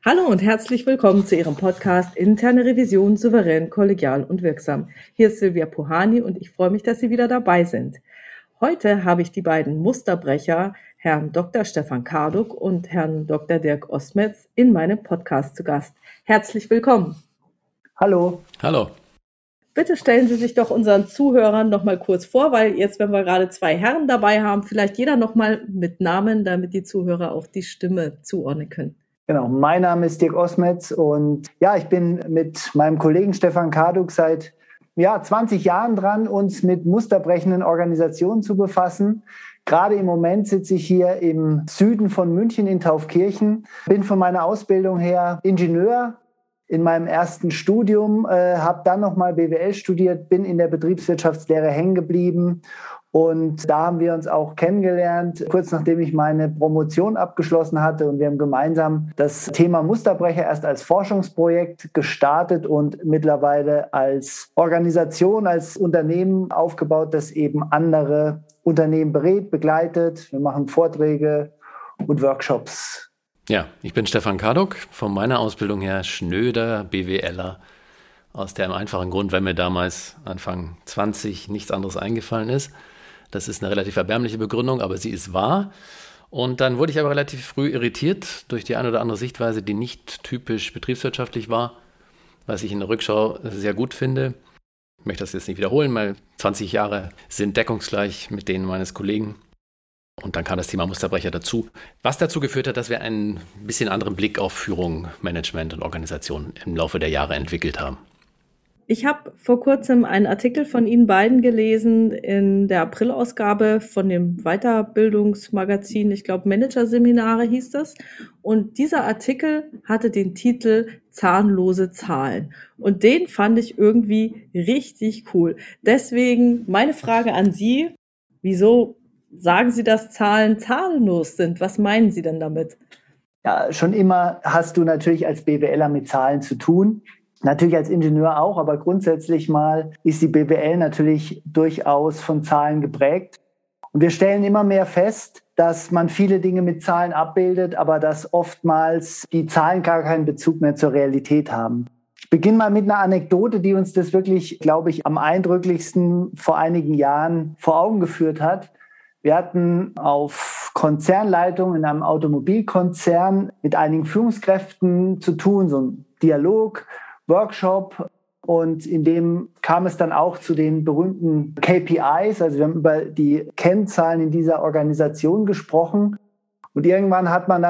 Hallo und herzlich willkommen zu Ihrem Podcast Interne Revision souverän, kollegial und wirksam. Hier ist Silvia Puhani und ich freue mich, dass Sie wieder dabei sind. Heute habe ich die beiden Musterbrecher, Herrn Dr. Stefan Karduk und Herrn Dr. Dirk Ostmetz, in meinem Podcast zu Gast. Herzlich willkommen. Hallo. Hallo. Bitte stellen Sie sich doch unseren Zuhörern noch mal kurz vor, weil jetzt, wenn wir gerade zwei Herren dabei haben, vielleicht jeder noch mal mit Namen, damit die Zuhörer auch die Stimme zuordnen können. Genau, mein Name ist Dirk Ostmetz und ja, ich bin mit meinem Kollegen Stefan Karduk seit 20 Jahren dran, uns mit musterbrechenden Organisationen zu befassen. Gerade im Moment sitze ich hier im Süden von München in Taufkirchen, bin von meiner Ausbildung her Ingenieur in meinem ersten Studium, habe dann nochmal BWL studiert, bin in der Betriebswirtschaftslehre hängen geblieben. Und da haben wir uns auch kennengelernt, kurz nachdem ich meine Promotion abgeschlossen hatte. Und wir haben gemeinsam das Thema Musterbrecher erst als Forschungsprojekt gestartet und mittlerweile als Organisation, als Unternehmen aufgebaut, das eben andere Unternehmen berät, begleitet. Wir machen Vorträge und Workshops. Ja, ich bin Stefan Karduk, von meiner Ausbildung her schnöder BWLer. Aus dem einfachen Grund, weil mir damals Anfang 20 nichts anderes eingefallen ist. Das ist eine relativ erbärmliche Begründung, aber sie ist wahr. Und dann wurde ich aber relativ früh irritiert durch die eine oder andere Sichtweise, die nicht typisch betriebswirtschaftlich war, was ich in der Rückschau sehr gut finde. Ich möchte das jetzt nicht wiederholen, weil 20 Jahre sind deckungsgleich mit denen meines Kollegen. Und dann kam das Thema Musterbrecher dazu, was dazu geführt hat, dass wir einen bisschen anderen Blick auf Führung, Management und Organisation im Laufe der Jahre entwickelt haben. Ich habe vor kurzem einen Artikel von Ihnen beiden gelesen in der Aprilausgabe von dem Weiterbildungsmagazin, ich glaube Managerseminare hieß das. Und dieser Artikel hatte den Titel Zahnlose Zahlen. Und den fand ich irgendwie richtig cool. Deswegen meine Frage an Sie, wieso sagen Sie, dass Zahlen zahlenlos sind? Was meinen Sie denn damit? Ja, schon immer hast du natürlich als BWLer mit Zahlen zu tun. Natürlich als Ingenieur auch, aber grundsätzlich mal ist die BWL natürlich durchaus von Zahlen geprägt. Und wir stellen immer mehr fest, dass man viele Dinge mit Zahlen abbildet, aber dass oftmals die Zahlen gar keinen Bezug mehr zur Realität haben. Ich beginne mal mit einer Anekdote, die uns das wirklich, glaube ich, am eindrücklichsten vor einigen Jahren vor Augen geführt hat. Wir hatten auf Konzernleitung in einem Automobilkonzern mit einigen Führungskräften zu tun, so ein Dialog, Workshop, und in dem kam es dann auch zu den berühmten KPIs. Also wir haben über die Kennzahlen in dieser Organisation gesprochen und irgendwann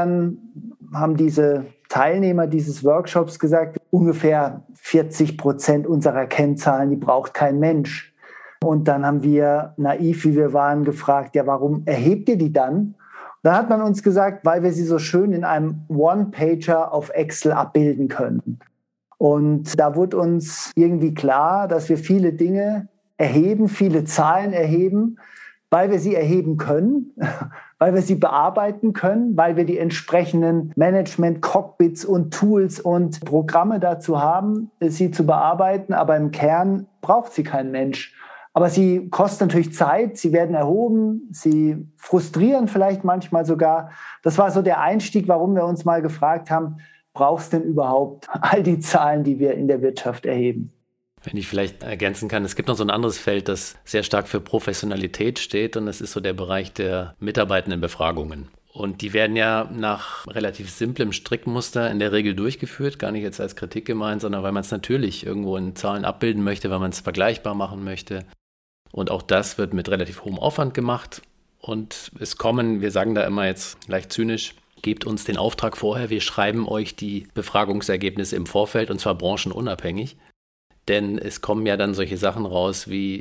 haben diese Teilnehmer dieses Workshops gesagt, ungefähr 40% unserer Kennzahlen, die braucht kein Mensch. Und dann haben wir, naiv wie wir waren, gefragt, ja, warum erhebt ihr die dann? Dann hat man uns gesagt, weil wir sie so schön in einem One-Pager auf Excel abbilden können. Und da wurde uns irgendwie klar, dass wir viele Dinge erheben, viele Zahlen erheben, weil wir sie erheben können, weil wir sie bearbeiten können, weil wir die entsprechenden Management-Cockpits und Tools und Programme dazu haben, sie zu bearbeiten. Aber im Kern braucht sie kein Mensch. Aber sie kosten natürlich Zeit, sie werden erhoben, sie frustrieren vielleicht manchmal sogar. Das war so der Einstieg, warum wir uns mal gefragt haben, brauchst du denn überhaupt all die Zahlen, die wir in der Wirtschaft erheben? Wenn ich vielleicht ergänzen kann, es gibt noch so ein anderes Feld, das sehr stark für Professionalität steht, und das ist so der Bereich der Mitarbeitendenbefragungen. Und die werden ja nach relativ simplem Strickmuster in der Regel durchgeführt, gar nicht jetzt als Kritik gemeint, sondern weil man es natürlich irgendwo in Zahlen abbilden möchte, weil man es vergleichbar machen möchte. Und auch das wird mit relativ hohem Aufwand gemacht. Und wir sagen da immer jetzt leicht zynisch, gebt uns den Auftrag vorher, wir schreiben euch die Befragungsergebnisse im Vorfeld, und zwar branchenunabhängig. Denn es kommen ja dann solche Sachen raus wie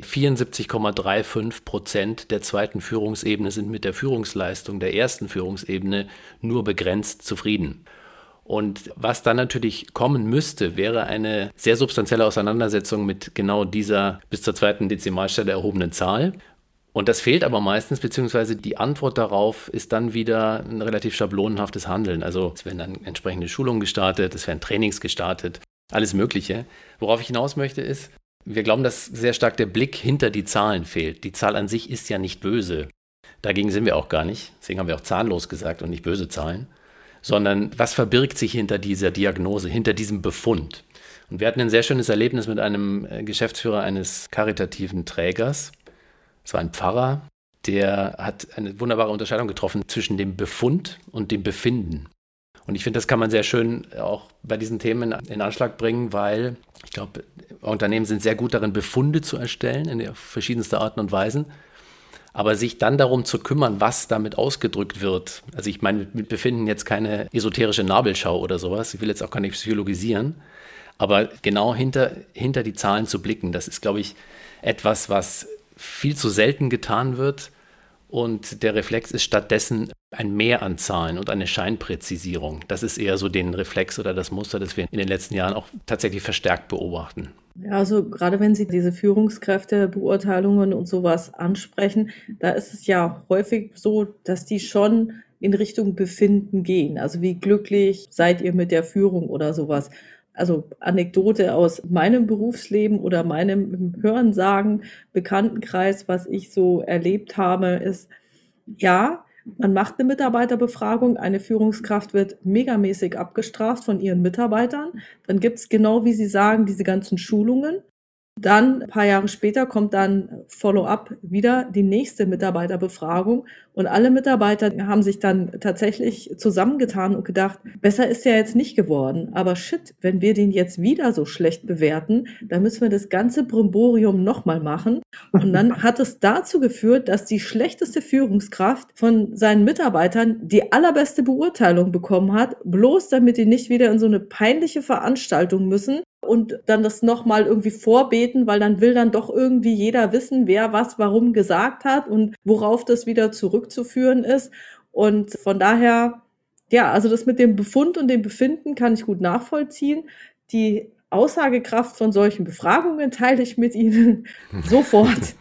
74,35% der zweiten Führungsebene sind mit der Führungsleistung der ersten Führungsebene nur begrenzt zufrieden. Und was dann natürlich kommen müsste, wäre eine sehr substanzielle Auseinandersetzung mit genau dieser bis zur zweiten Dezimalstelle erhobenen Zahl. Und das fehlt aber meistens, beziehungsweise die Antwort darauf ist dann wieder ein relativ schablonenhaftes Handeln. Also es werden dann entsprechende Schulungen gestartet, es werden Trainings gestartet, alles Mögliche. Worauf ich hinaus möchte ist, wir glauben, dass sehr stark der Blick hinter die Zahlen fehlt. Die Zahl an sich ist ja nicht böse. Dagegen sind wir auch gar nicht. Deswegen haben wir auch zahnlos gesagt und nicht böse Zahlen. sondern was verbirgt sich hinter dieser Diagnose, hinter diesem Befund. Und wir hatten ein sehr schönes Erlebnis mit einem Geschäftsführer eines karitativen Trägers. Es war ein Pfarrer, der hat eine wunderbare Unterscheidung getroffen zwischen dem Befund und dem Befinden. Und ich finde, das kann man sehr schön auch bei diesen Themen in Anschlag bringen, weil ich glaube, Unternehmen sind sehr gut darin, Befunde zu erstellen in verschiedenster Arten und Weisen. Aber sich dann darum zu kümmern, was damit ausgedrückt wird. Also ich meine mit Befinden jetzt keine esoterische Nabelschau oder sowas. Ich will jetzt auch gar nicht psychologisieren. Aber genau hinter die Zahlen zu blicken, das ist, glaube ich, etwas, was viel zu selten getan wird. Und der Reflex ist stattdessen ein Mehr an Zahlen und eine Scheinpräzisierung. Das ist eher so den Reflex oder das Muster, das wir in den letzten Jahren auch tatsächlich verstärkt beobachten. Ja, also gerade wenn Sie diese Führungskräftebeurteilungen und sowas ansprechen, da ist es ja häufig so, dass die schon in Richtung Befinden gehen. Also wie glücklich seid ihr mit der Führung oder sowas. Also Anekdote aus meinem Berufsleben oder meinem Hörensagen, Bekanntenkreis, was ich so erlebt habe, ist, ja, man macht eine Mitarbeiterbefragung, eine Führungskraft wird megamäßig abgestraft von ihren Mitarbeitern. Dann gibt's genau, wie Sie sagen, diese ganzen Schulungen. Dann, ein paar Jahre später, kommt dann Follow-up wieder die nächste Mitarbeiterbefragung. Und alle Mitarbeiter haben sich dann tatsächlich zusammengetan und gedacht, besser ist er jetzt nicht geworden. Aber shit, wenn wir den jetzt wieder so schlecht bewerten, dann müssen wir das ganze Brimborium nochmal machen. Und dann hat es dazu geführt, dass die schlechteste Führungskraft von seinen Mitarbeitern die allerbeste Beurteilung bekommen hat, bloß damit die nicht wieder in so eine peinliche Veranstaltung müssen und dann das nochmal irgendwie vorbeten, weil dann will dann doch irgendwie jeder wissen, wer was warum gesagt hat und worauf das wieder zurückzuführen ist. Und von daher, ja, also das mit dem Befund und dem Befinden kann ich gut nachvollziehen. Die Aussagekraft von solchen Befragungen teile ich mit Ihnen sofort.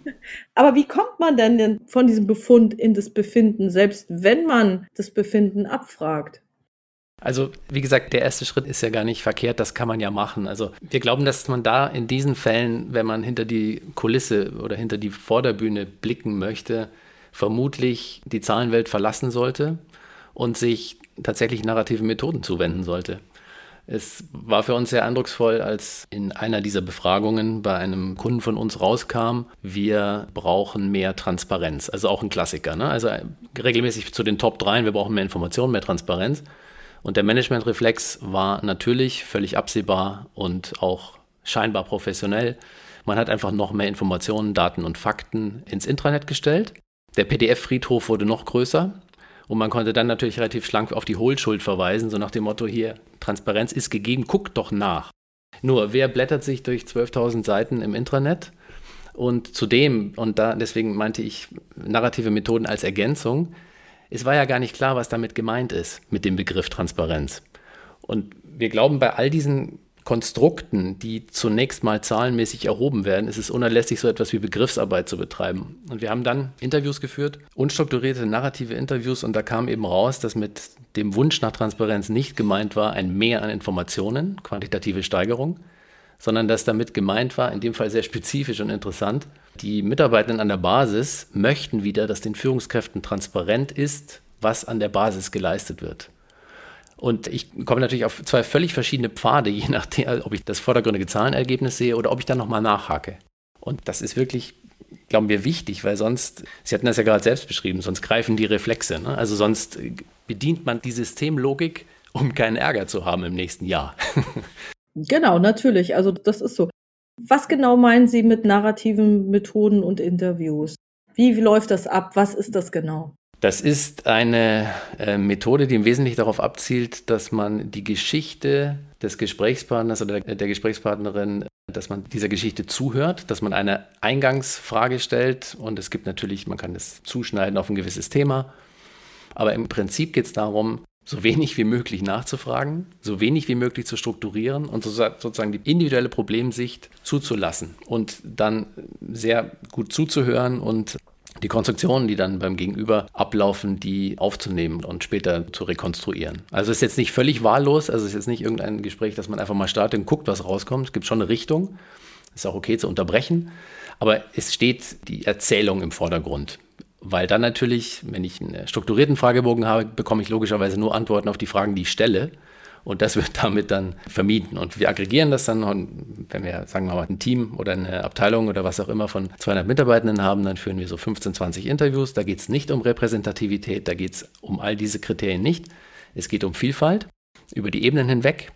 Aber wie kommt man denn von diesem Befund in das Befinden, selbst wenn man das Befinden abfragt? Also wie gesagt, der erste Schritt ist ja gar nicht verkehrt, das kann man ja machen. Also wir glauben, dass man da in diesen Fällen, wenn man hinter die Kulisse oder hinter die Vorderbühne blicken möchte, vermutlich die Zahlenwelt verlassen sollte und sich tatsächlich narrativen Methoden zuwenden sollte. Es war für uns sehr eindrucksvoll, als in einer dieser Befragungen bei einem Kunden von uns rauskam, wir brauchen mehr Transparenz. Also auch ein Klassiker, ne? Also regelmäßig zu den Top 3, wir brauchen mehr Informationen, mehr Transparenz. Und der Managementreflex war natürlich völlig absehbar und auch scheinbar professionell. Man hat einfach noch mehr Informationen, Daten und Fakten ins Intranet gestellt. Der PDF-Friedhof wurde noch größer und man konnte dann natürlich relativ schlank auf die Hohlschuld verweisen, so nach dem Motto hier, Transparenz ist gegeben, guckt doch nach. Nur, wer blättert sich durch 12.000 Seiten im Intranet? Und zudem, und deswegen meinte ich narrative Methoden als Ergänzung, es war ja gar nicht klar, was damit gemeint ist, mit dem Begriff Transparenz. Und wir glauben, bei all diesen Konstrukten, die zunächst mal zahlenmäßig erhoben werden, ist es unerlässlich, so etwas wie Begriffsarbeit zu betreiben. Und wir haben dann Interviews geführt, unstrukturierte narrative Interviews, und da kam eben raus, dass mit dem Wunsch nach Transparenz nicht gemeint war ein Mehr an Informationen, quantitative Steigerung, sondern dass damit gemeint war, in dem Fall sehr spezifisch und interessant, die Mitarbeitenden an der Basis möchten wieder, dass den Führungskräften transparent ist, was an der Basis geleistet wird. Und ich komme natürlich auf zwei völlig verschiedene Pfade, je nachdem, ob ich das vordergründige Zahlenergebnis sehe oder ob ich dann nochmal nachhake. Und das ist wirklich, glauben wir, wichtig, weil sonst, Sie hatten das ja gerade selbst beschrieben, sonst greifen die Reflexe, ne? Also sonst bedient man die Systemlogik, um keinen Ärger zu haben im nächsten Jahr. Genau, natürlich. Also das ist so. Was genau meinen Sie mit narrativen Methoden und Interviews? Wie läuft das ab? Was ist das genau? Das ist eine Methode, die im Wesentlichen darauf abzielt, dass man die Geschichte des Gesprächspartners oder der Gesprächspartnerin, dass man dieser Geschichte zuhört, dass man eine Eingangsfrage stellt, und es gibt natürlich, man kann es zuschneiden auf ein gewisses Thema, aber im Prinzip geht es darum, so wenig wie möglich nachzufragen, so wenig wie möglich zu strukturieren und sozusagen die individuelle Problemsicht zuzulassen und dann sehr gut zuzuhören und die Konstruktionen, die dann beim Gegenüber ablaufen, die aufzunehmen und später zu rekonstruieren. Also es ist jetzt nicht völlig wahllos, also es ist jetzt nicht irgendein Gespräch, dass man einfach mal startet und guckt, was rauskommt. Es gibt schon eine Richtung, ist auch okay zu unterbrechen, aber es steht die Erzählung im Vordergrund. Weil dann natürlich, wenn ich einen strukturierten Fragebogen habe, bekomme ich logischerweise nur Antworten auf die Fragen, die ich stelle. Und das wird damit dann vermieden. Und wir aggregieren das dann, und wenn wir, sagen wir mal, ein Team oder eine Abteilung oder was auch immer von 200 Mitarbeitenden haben, dann führen wir so 15, 20 Interviews. Da geht es nicht um Repräsentativität, da geht es um all diese Kriterien nicht. Es geht um Vielfalt über die Ebenen hinweg.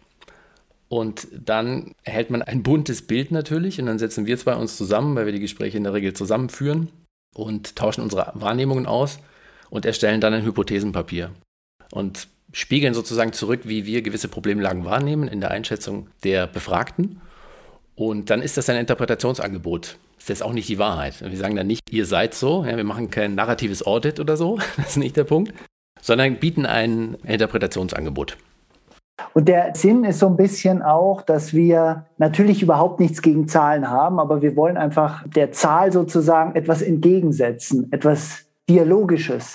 Und dann erhält man ein buntes Bild natürlich. Und dann setzen wir zwei uns zusammen, weil wir die Gespräche in der Regel zusammenführen und tauschen unsere Wahrnehmungen aus und erstellen dann ein Hypothesenpapier. Und spiegeln sozusagen zurück, wie wir gewisse Problemlagen wahrnehmen in der Einschätzung der Befragten. Und dann ist das ein Interpretationsangebot. Das ist jetzt auch nicht die Wahrheit. Wir sagen dann nicht, ihr seid so, ja, wir machen kein narratives Audit oder so, das ist nicht der Punkt, sondern bieten ein Interpretationsangebot. Und der Sinn ist so ein bisschen auch, dass wir natürlich überhaupt nichts gegen Zahlen haben, aber wir wollen einfach der Zahl sozusagen etwas entgegensetzen, etwas Dialogisches.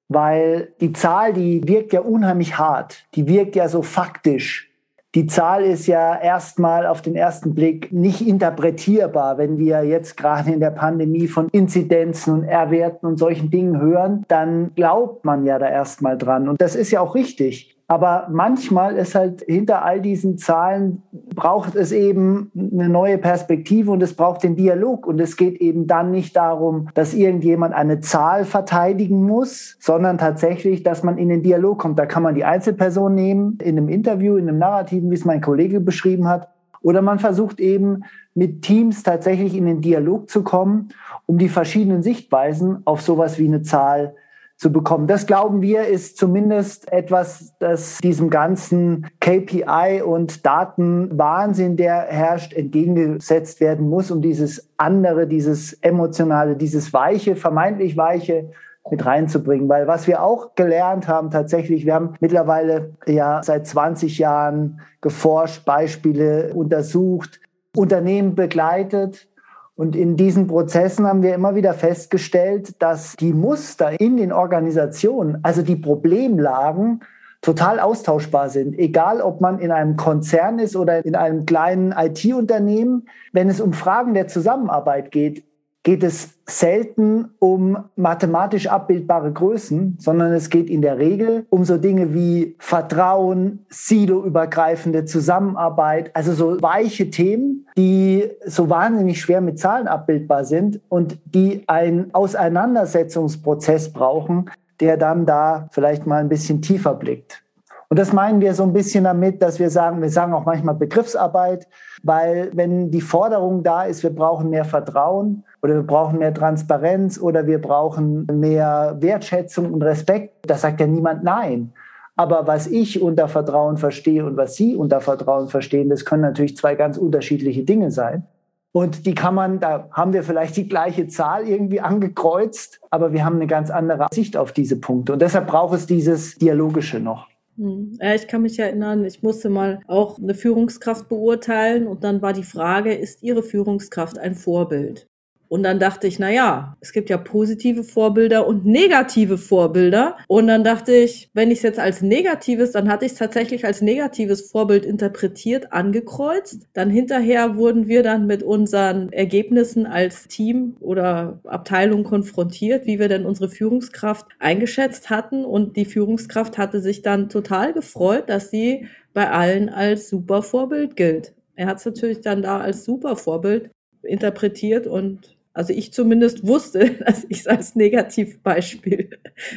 Weil die Zahl, die wirkt ja unheimlich hart, die wirkt ja so faktisch. Die Zahl ist ja erstmal auf den ersten Blick nicht interpretierbar. Wenn wir jetzt gerade in der Pandemie von Inzidenzen und R-Werten und solchen Dingen hören, dann glaubt man ja da erstmal dran. Und das ist ja auch richtig. Aber manchmal ist halt hinter all diesen Zahlen braucht es eben eine neue Perspektive und es braucht den Dialog. Und es geht eben dann nicht darum, dass irgendjemand eine Zahl verteidigen muss, sondern tatsächlich, dass man in den Dialog kommt. Da kann man die Einzelperson nehmen, in einem Interview, in einem Narrativen, wie es mein Kollege beschrieben hat. Oder man versucht eben mit Teams tatsächlich in den Dialog zu kommen, um die verschiedenen Sichtweisen auf sowas wie eine Zahl zu bekommen. Das, glauben wir, ist zumindest etwas, das diesem ganzen KPI und Datenwahnsinn, der herrscht, entgegengesetzt werden muss, um dieses andere, dieses Emotionale, dieses Weiche, vermeintlich Weiche mit reinzubringen. Weil was wir auch gelernt haben tatsächlich, wir haben mittlerweile ja seit 20 Jahren geforscht, Beispiele untersucht, Unternehmen begleitet. Und in diesen Prozessen haben wir immer wieder festgestellt, dass die Muster in den Organisationen, also die Problemlagen, total austauschbar sind. Egal, ob man in einem Konzern ist oder in einem kleinen IT-Unternehmen. Wenn es um Fragen der Zusammenarbeit geht, geht es selten um mathematisch abbildbare Größen, sondern es geht in der Regel um so Dinge wie Vertrauen, siloübergreifende Zusammenarbeit, also so weiche Themen, die so wahnsinnig schwer mit Zahlen abbildbar sind und die einen Auseinandersetzungsprozess brauchen, der dann da vielleicht mal ein bisschen tiefer blickt. Und das meinen wir so ein bisschen damit, dass wir sagen auch manchmal Begriffsarbeit, weil wenn die Forderung da ist, wir brauchen mehr Vertrauen oder wir brauchen mehr Transparenz oder wir brauchen mehr Wertschätzung und Respekt, da sagt ja niemand nein. Aber was ich unter Vertrauen verstehe und was Sie unter Vertrauen verstehen, das können natürlich zwei ganz unterschiedliche Dinge sein. Und die kann man, da haben wir vielleicht die gleiche Zahl irgendwie angekreuzt, aber wir haben eine ganz andere Sicht auf diese Punkte. Und deshalb braucht es dieses Dialogische noch. Ja, ich kann mich erinnern, ich musste mal auch eine Führungskraft beurteilen und dann war die Frage, ist Ihre Führungskraft ein Vorbild? Und dann dachte ich, na ja, es gibt ja positive Vorbilder und negative Vorbilder. Und dann dachte ich, wenn ich es jetzt als negatives, dann hatte ich es tatsächlich als negatives Vorbild interpretiert, angekreuzt. Dann hinterher wurden wir dann mit unseren Ergebnissen als Team oder Abteilung konfrontiert, wie wir denn unsere Führungskraft eingeschätzt hatten. Und die Führungskraft hatte sich dann total gefreut, dass sie bei allen als super Vorbild gilt. Er hat es natürlich dann da als super Vorbild interpretiert und also ich zumindest wusste, dass ich es als Negativbeispiel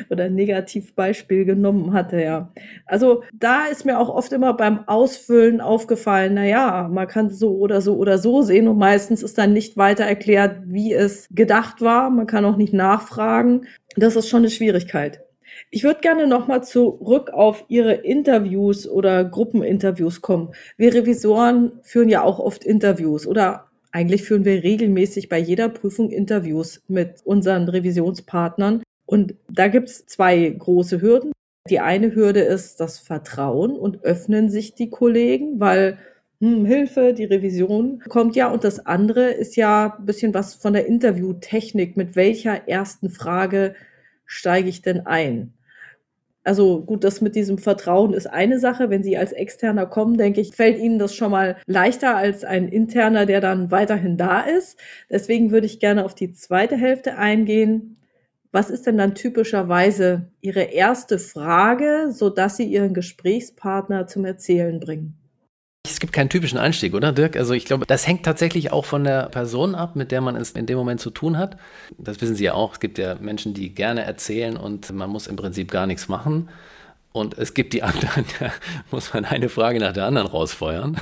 genommen hatte, ja. Also da ist mir auch oft immer beim Ausfüllen aufgefallen, na ja, man kann so oder so oder so sehen und meistens ist dann nicht weiter erklärt, wie es gedacht war. Man kann auch nicht nachfragen. Das ist schon eine Schwierigkeit. Ich würde gerne nochmal zurück auf Ihre Interviews oder Gruppeninterviews kommen. Wir Revisoren führen ja auch oft Interviews oder eigentlich führen wir regelmäßig bei jeder Prüfung Interviews mit unseren Revisionspartnern. Und da gibt es zwei große Hürden. Die eine Hürde ist das Vertrauen und öffnen sich die Kollegen, weil Hilfe, die Revision kommt ja. Und das andere ist ja ein bisschen was von der Interviewtechnik. Mit welcher ersten Frage steige ich denn ein? Also gut, das mit diesem Vertrauen ist eine Sache. Wenn Sie als Externer kommen, denke ich, fällt Ihnen das schon mal leichter als ein Interner, der dann weiterhin da ist. Deswegen würde ich gerne auf die zweite Hälfte eingehen. Was ist denn dann typischerweise Ihre erste Frage, sodass Sie Ihren Gesprächspartner zum Erzählen bringen? Es gibt keinen typischen Einstieg, oder Dirk? Also ich glaube, das hängt tatsächlich auch von der Person ab, mit der man es in dem Moment zu tun hat. Das wissen Sie ja auch. Es gibt ja Menschen, die gerne erzählen und man muss im Prinzip gar nichts machen. Und es gibt die anderen, da muss man eine Frage nach der anderen rausfeuern.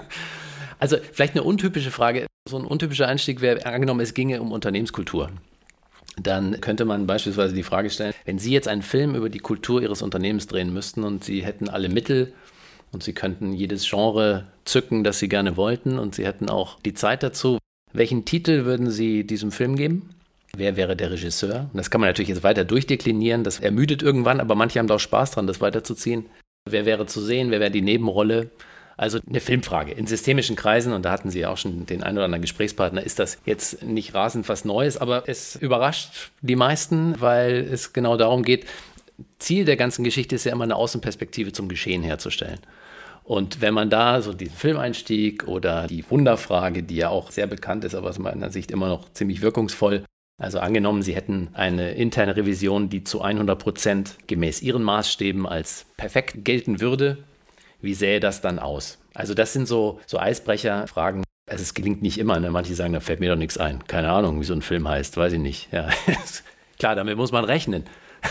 Also vielleicht eine untypische Frage. So ein untypischer Einstieg wäre, angenommen, es ginge um Unternehmenskultur. Dann könnte man beispielsweise die Frage stellen, wenn Sie jetzt einen Film über die Kultur Ihres Unternehmens drehen müssten und Sie hätten alle Mittel und Sie könnten jedes Genre zücken, das Sie gerne wollten und Sie hätten auch die Zeit dazu, welchen Titel würden Sie diesem Film geben? Wer wäre der Regisseur? Und das kann man natürlich jetzt weiter durchdeklinieren, das ermüdet irgendwann, aber manche haben da auch Spaß dran, das weiterzuziehen. Wer wäre zu sehen, wer wäre die Nebenrolle? Also eine Filmfrage. In systemischen Kreisen, und da hatten Sie ja auch schon den einen oder anderen Gesprächspartner, ist das jetzt nicht rasend was Neues, aber es überrascht die meisten, weil es genau darum geht, Ziel der ganzen Geschichte ist ja immer eine Außenperspektive zum Geschehen herzustellen. Und wenn man da so diesen Filmeinstieg oder die Wunderfrage, die ja auch sehr bekannt ist, aber aus meiner Sicht immer noch ziemlich wirkungsvoll, also angenommen, Sie hätten eine interne Revision, die zu 100% gemäß Ihren Maßstäben als perfekt gelten würde, wie sähe das dann aus? Also das sind so Eisbrecherfragen. Also es gelingt nicht immer. Ne? Manche sagen, da fällt mir doch nichts ein. Keine Ahnung, wie so ein Film heißt, weiß ich nicht. Ja, klar, damit muss man rechnen.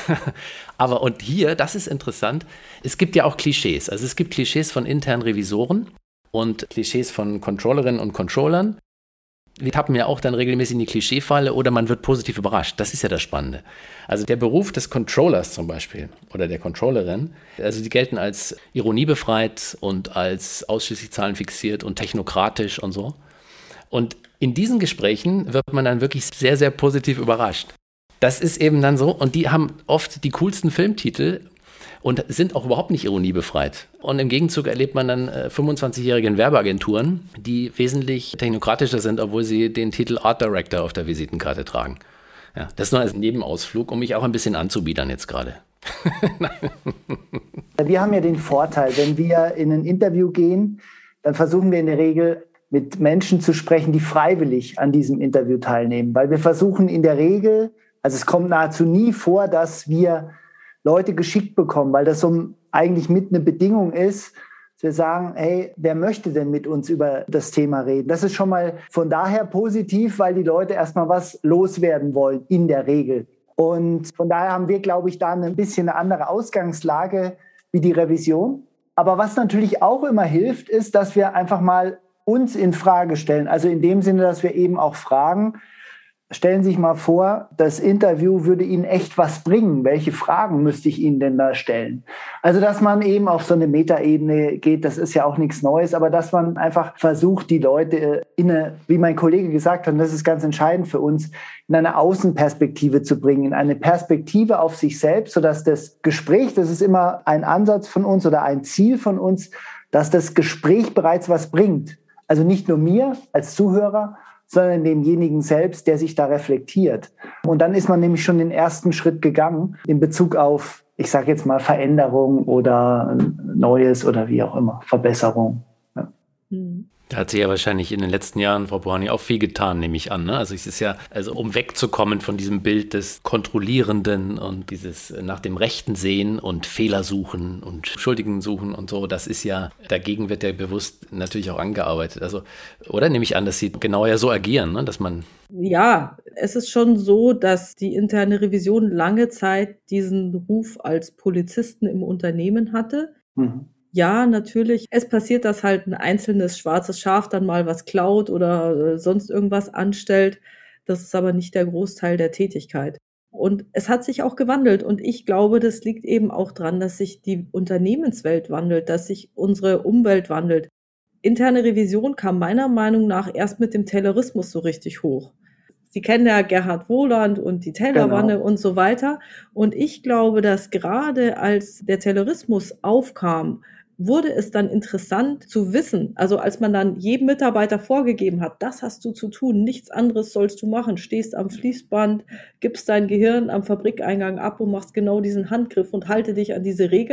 Aber und hier, das ist interessant, es gibt ja auch Klischees. Also es gibt Klischees von internen Revisoren und Klischees von Controllerinnen und Controllern. Wir tappen ja auch dann regelmäßig in die Klischeefalle oder man wird positiv überrascht. Das ist ja das Spannende. Also der Beruf des Controllers zum Beispiel oder der Controllerin, also die gelten als ironiebefreit und als ausschließlich zahlenfixiert und technokratisch und so. Und in diesen Gesprächen wird man dann wirklich sehr, sehr positiv überrascht. Das ist eben dann so und die haben oft die coolsten Filmtitel und sind auch überhaupt nicht ironiebefreit. Und im Gegenzug erlebt man dann 25-jährige in Werbeagenturen, die wesentlich technokratischer sind, obwohl sie den Titel Art Director auf der Visitenkarte tragen. Ja, das nur als Nebenausflug, um mich auch ein bisschen anzubiedern jetzt gerade. Wir haben ja den Vorteil, wenn wir in ein Interview gehen, dann versuchen wir in der Regel mit Menschen zu sprechen, die freiwillig an diesem Interview teilnehmen. Weil wir versuchen in der Regel, also es kommt nahezu nie vor, dass wir Leute geschickt bekommen, weil das so eigentlich mit eine Bedingung ist, dass wir sagen, hey, wer möchte denn mit uns über das Thema reden? Das ist schon mal von daher positiv, weil die Leute erstmal was loswerden wollen, in der Regel. Und von daher haben wir, glaube ich, da ein bisschen eine andere Ausgangslage wie die Revision. Aber was natürlich auch immer hilft, ist, dass wir einfach mal uns in Frage stellen. Also in dem Sinne, dass wir eben auch fragen, stellen Sie sich mal vor, das Interview würde Ihnen echt was bringen. Welche Fragen müsste ich Ihnen denn da stellen? Also, dass man eben auf so eine Metaebene geht, das ist ja auch nichts Neues, aber dass man einfach versucht, die Leute wie mein Kollege gesagt hat, und das ist ganz entscheidend für uns, in eine Außenperspektive zu bringen, in eine Perspektive auf sich selbst, sodass das Gespräch, das ist immer ein Ansatz von uns oder ein Ziel von uns, dass das Gespräch bereits was bringt. Also nicht nur mir als Zuhörer, sondern demjenigen selbst, der sich da reflektiert. Und dann ist man nämlich schon den ersten Schritt gegangen in Bezug auf, ich sage jetzt mal, Veränderung oder Neues oder wie auch immer, Verbesserung. Ja. Da hat sich ja wahrscheinlich in den letzten Jahren, Frau Bohani, auch viel getan, nehme ich an. Ne? Also es ist ja, also um wegzukommen von diesem Bild des Kontrollierenden und dieses nach dem Rechten sehen und Fehler suchen und Schuldigen suchen und so, das ist ja, dagegen wird ja bewusst natürlich auch angearbeitet. Also, oder nehme ich an, dass Sie genau ja so agieren, ne? Dass man... Ja, es ist schon so, dass die interne Revision lange Zeit diesen Ruf als Polizisten im Unternehmen hatte. Mhm. Ja, natürlich. Es passiert, dass halt ein einzelnes schwarzes Schaf dann mal was klaut oder sonst irgendwas anstellt. Das ist aber nicht der Großteil der Tätigkeit. Und es hat sich auch gewandelt. Und ich glaube, das liegt eben auch dran, dass sich die Unternehmenswelt wandelt, dass sich unsere Umwelt wandelt. Interne Revision kam meiner Meinung nach erst mit dem Taylorismus so richtig hoch. Sie kennen ja Gerhard Wohland und die Taylor-Wanne und so weiter. Und ich glaube, dass gerade als der Taylorismus aufkam, wurde es dann interessant zu wissen, also als man dann jedem Mitarbeiter vorgegeben hat, das hast du zu tun, nichts anderes sollst du machen, stehst am Fließband, gibst dein Gehirn am Fabrikeingang ab und machst genau diesen Handgriff und halte dich an diese Regel.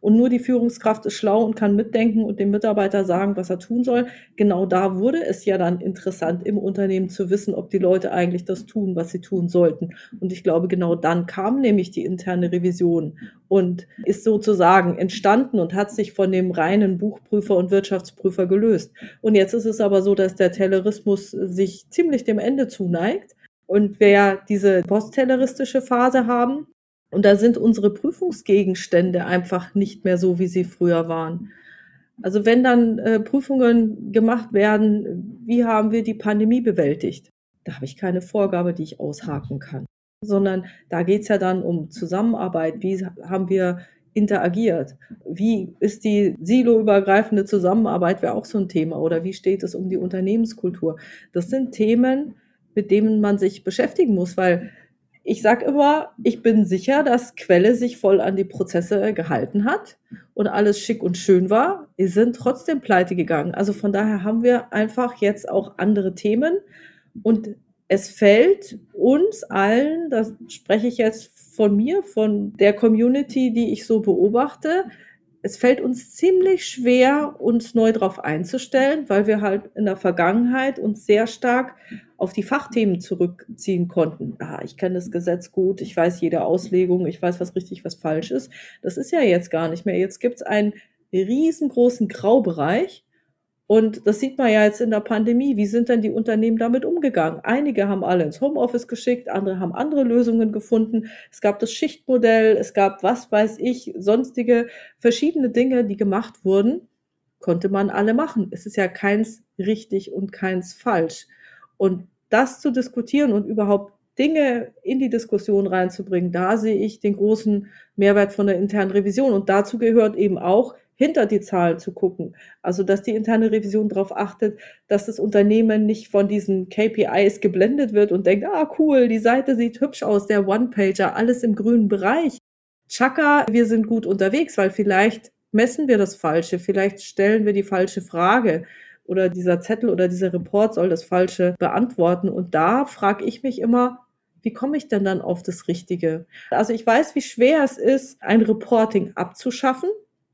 und nur die Führungskraft ist schlau und kann mitdenken und dem Mitarbeiter sagen, was er tun soll. Genau da wurde es ja dann interessant, im Unternehmen zu wissen, ob die Leute eigentlich das tun, was sie tun sollten. Und ich glaube, genau dann kam nämlich die interne Revision und ist sozusagen entstanden und hat sich von dem reinen Buchprüfer und Wirtschaftsprüfer gelöst. Und jetzt ist es aber so, dass der Taylorismus sich ziemlich dem Ende zuneigt und wir ja diese posttayloristische Phase haben. Und da sind unsere Prüfungsgegenstände einfach nicht mehr so, wie sie früher waren. Also wenn dann Prüfungen gemacht werden, wie haben wir die Pandemie bewältigt? Da habe ich keine Vorgabe, die ich aushaken kann, sondern da geht es ja dann um Zusammenarbeit. Wie haben wir interagiert? Wie ist die siloübergreifende Zusammenarbeit, wäre auch so ein Thema. Oder wie steht es um die Unternehmenskultur? Das sind Themen, mit denen man sich beschäftigen muss, weil ich sage immer, ich bin sicher, dass Quelle sich voll an die Prozesse gehalten hat und alles schick und schön war. Die sind trotzdem pleite gegangen. Also von daher haben wir einfach jetzt auch andere Themen und es fällt uns allen, das spreche ich jetzt von mir, von der Community, die ich so beobachte, es fällt uns ziemlich schwer, uns neu darauf einzustellen, weil wir halt in der Vergangenheit uns sehr stark auf die Fachthemen zurückziehen konnten. Ich kenne das Gesetz gut, ich weiß jede Auslegung, ich weiß, was richtig, was falsch ist. Das ist ja jetzt gar nicht mehr. Jetzt gibt es einen riesengroßen Graubereich. Und das sieht man ja jetzt in der Pandemie. Wie sind denn die Unternehmen damit umgegangen? Einige haben alle ins Homeoffice geschickt, andere haben andere Lösungen gefunden. Es gab das Schichtmodell, es gab, was weiß ich, sonstige verschiedene Dinge, die gemacht wurden, konnte man alle machen. Es ist ja keins richtig und keins falsch. Und das zu diskutieren und überhaupt Dinge in die Diskussion reinzubringen, da sehe ich den großen Mehrwert von der internen Revision. Und dazu gehört eben auch, hinter die Zahlen zu gucken. Also, dass die interne Revision darauf achtet, dass das Unternehmen nicht von diesen KPIs geblendet wird und denkt, cool, die Seite sieht hübsch aus, der One-Pager, alles im grünen Bereich. Tschakka, wir sind gut unterwegs, weil vielleicht messen wir das Falsche, vielleicht stellen wir die falsche Frage oder dieser Zettel oder dieser Report soll das Falsche beantworten. Und da frage ich mich immer, wie komme ich denn dann auf das Richtige? Also ich weiß, wie schwer es ist, ein Reporting abzuschaffen.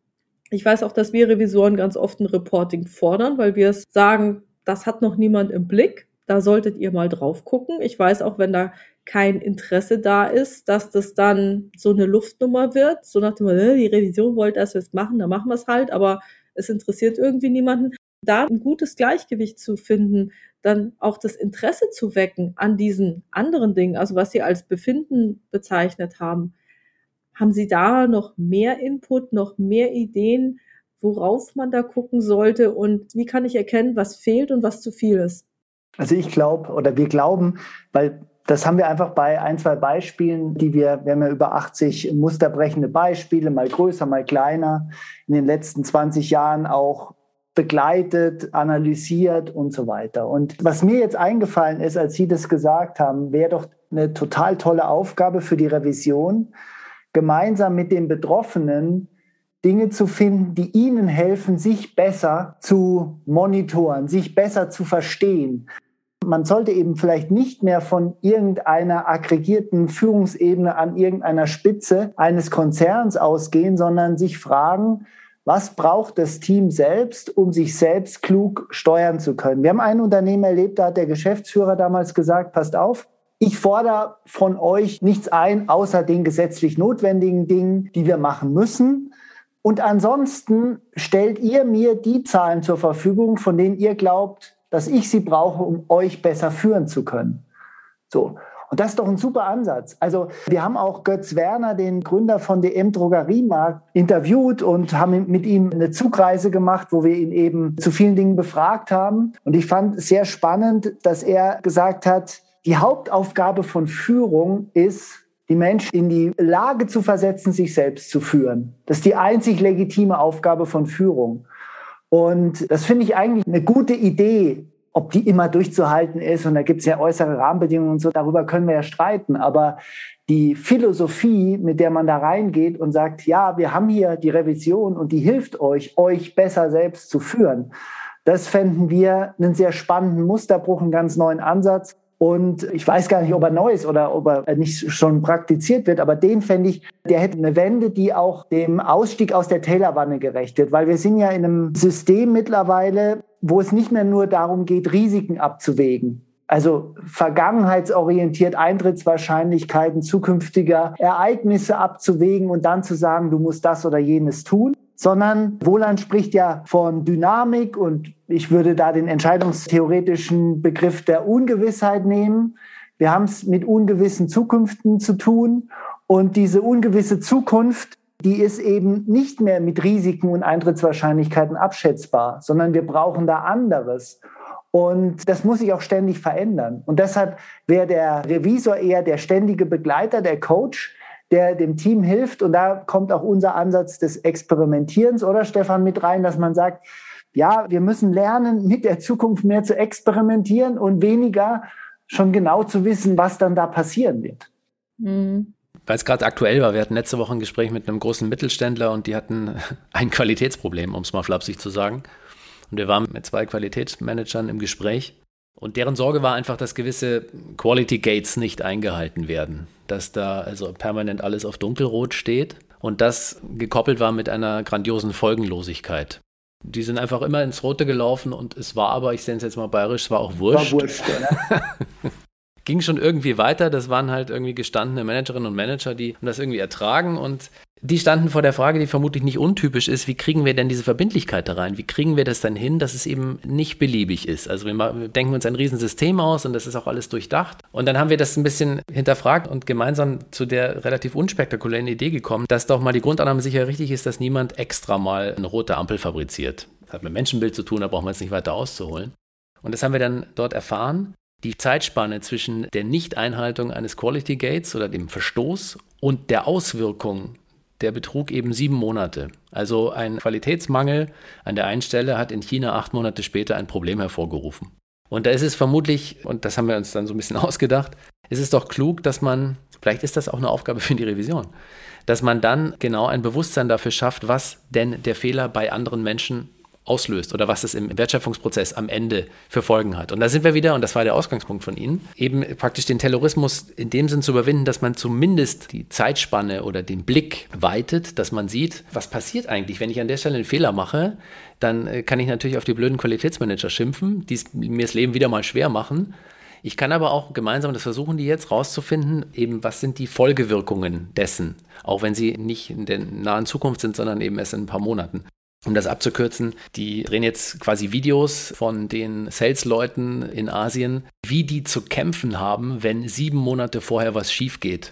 Ich weiß auch, dass wir Revisoren ganz oft ein Reporting fordern, weil wir es sagen, das hat noch niemand im Blick, da solltet ihr mal drauf gucken. Ich weiß auch, wenn da kein Interesse da ist, dass das dann so eine Luftnummer wird, so nach dem Motto, die Revision wollte das jetzt machen, dann machen wir es halt, aber es interessiert irgendwie niemanden. Da ein gutes Gleichgewicht zu finden, dann auch das Interesse zu wecken an diesen anderen Dingen, also was Sie als Befinden bezeichnet haben. Haben Sie da noch mehr Input, noch mehr Ideen, worauf man da gucken sollte und wie kann ich erkennen, was fehlt und was zu viel ist? Also ich glaube oder wir glauben, weil das haben wir einfach bei ein, zwei Beispielen, wir haben ja über 80 musterbrechende Beispiele, mal größer, mal kleiner, in den letzten 20 Jahren auch begleitet, analysiert und so weiter. Und was mir jetzt eingefallen ist, als Sie das gesagt haben, wäre doch eine total tolle Aufgabe für die Revision, gemeinsam mit den Betroffenen Dinge zu finden, die ihnen helfen, sich besser zu monitoren, sich besser zu verstehen. Man sollte eben vielleicht nicht mehr von irgendeiner aggregierten Führungsebene an irgendeiner Spitze eines Konzerns ausgehen, sondern sich fragen, was braucht das Team selbst, um sich selbst klug steuern zu können. Wir haben ein Unternehmen erlebt, da hat der Geschäftsführer damals gesagt, passt auf, ich fordere von euch nichts ein, außer den gesetzlich notwendigen Dingen, die wir machen müssen. Und ansonsten stellt ihr mir die Zahlen zur Verfügung, von denen ihr glaubt, dass ich sie brauche, um euch besser führen zu können. So. Und das ist doch ein super Ansatz. Also wir haben auch Götz Werner, den Gründer von DM Drogeriemarkt, interviewt und haben mit ihm eine Zugreise gemacht, wo wir ihn eben zu vielen Dingen befragt haben. Und ich fand es sehr spannend, dass er gesagt hat, die Hauptaufgabe von Führung ist, die Menschen in die Lage zu versetzen, sich selbst zu führen. Das ist die einzig legitime Aufgabe von Führung. Und das finde ich eigentlich eine gute Idee. Ob die immer durchzuhalten ist, und da gibt es ja äußere Rahmenbedingungen und so, darüber können wir ja streiten. Aber die Philosophie, mit der man da reingeht und sagt, ja, wir haben hier die Revision und die hilft euch besser selbst zu führen, das fänden wir einen sehr spannenden Musterbruch, einen ganz neuen Ansatz. Und ich weiß gar nicht, ob er neu ist oder ob er nicht schon praktiziert wird, aber den fände ich, der hätte eine Wende, die auch dem Ausstieg aus der Taylor-Wanne gerecht wird. Weil wir sind ja in einem System mittlerweile, wo es nicht mehr nur darum geht, Risiken abzuwägen. Also vergangenheitsorientiert Eintrittswahrscheinlichkeiten zukünftiger Ereignisse abzuwägen und dann zu sagen, du musst das oder jenes tun. Sondern Wohland spricht ja von Dynamik und ich würde da den entscheidungstheoretischen Begriff der Ungewissheit nehmen. Wir haben es mit ungewissen Zukünften zu tun und diese ungewisse Zukunft, die ist eben nicht mehr mit Risiken und Eintrittswahrscheinlichkeiten abschätzbar, sondern wir brauchen da anderes. Und das muss sich auch ständig verändern. Und deshalb wäre der Revisor eher der ständige Begleiter, der Coach, der dem Team hilft. Und da kommt auch unser Ansatz des Experimentierens, oder Stefan, mit rein, dass man sagt, ja, wir müssen lernen, mit der Zukunft mehr zu experimentieren und weniger schon genau zu wissen, was dann da passieren wird. Mhm. Weil es gerade aktuell war, wir hatten letzte Woche ein Gespräch mit einem großen Mittelständler und die hatten ein Qualitätsproblem, um es mal flapsig zu sagen. Und wir waren mit 2 Qualitätsmanagern im Gespräch. Und deren Sorge war einfach, dass gewisse Quality Gates nicht eingehalten werden. Dass da also permanent alles auf dunkelrot steht und das gekoppelt war mit einer grandiosen Folgenlosigkeit. Die sind einfach immer ins Rote gelaufen und es war aber, ich nenne es jetzt mal bayerisch, es war auch wurscht. War wurscht, oder? Ging schon irgendwie weiter, das waren halt irgendwie gestandene Managerinnen und Manager, die haben das irgendwie ertragen und die standen vor der Frage, die vermutlich nicht untypisch ist, wie kriegen wir denn diese Verbindlichkeit da rein? Wie kriegen wir das dann hin, dass es eben nicht beliebig ist? Also wir denken uns ein Riesensystem aus und das ist auch alles durchdacht. Und dann haben wir das ein bisschen hinterfragt und gemeinsam zu der relativ unspektakulären Idee gekommen, dass doch mal die Grundannahme sicher richtig ist, dass niemand extra mal eine rote Ampel fabriziert. Das hat mit Menschenbild zu tun, da brauchen wir jetzt nicht weiter auszuholen. Und das haben wir dann dort erfahren. Die Zeitspanne zwischen der Nichteinhaltung eines Quality Gates oder dem Verstoß und der Auswirkung, der betrug eben 7 Monate. Also ein Qualitätsmangel an der einen Stelle hat in China 8 Monate später ein Problem hervorgerufen. Und da ist es vermutlich, und das haben wir uns dann so ein bisschen ausgedacht, ist es doch klug, dass man, vielleicht ist das auch eine Aufgabe für die Revision, dass man dann genau ein Bewusstsein dafür schafft, was denn der Fehler bei anderen Menschen auslöst oder was es im Wertschöpfungsprozess am Ende für Folgen hat. Und da sind wir wieder, und das war der Ausgangspunkt von Ihnen, eben praktisch den Taylorismus in dem Sinn zu überwinden, dass man zumindest die Zeitspanne oder den Blick weitet, dass man sieht, was passiert eigentlich, wenn ich an der Stelle einen Fehler mache, dann kann ich natürlich auf die blöden Qualitätsmanager schimpfen, die mir das Leben wieder mal schwer machen. Ich kann aber auch gemeinsam, das versuchen die jetzt rauszufinden, eben was sind die Folgewirkungen dessen, auch wenn sie nicht in der nahen Zukunft sind, sondern eben erst in ein paar Monaten. Um das abzukürzen, die drehen jetzt quasi Videos von den Sales-Leuten in Asien, wie die zu kämpfen haben, wenn 7 Monate vorher was schief geht.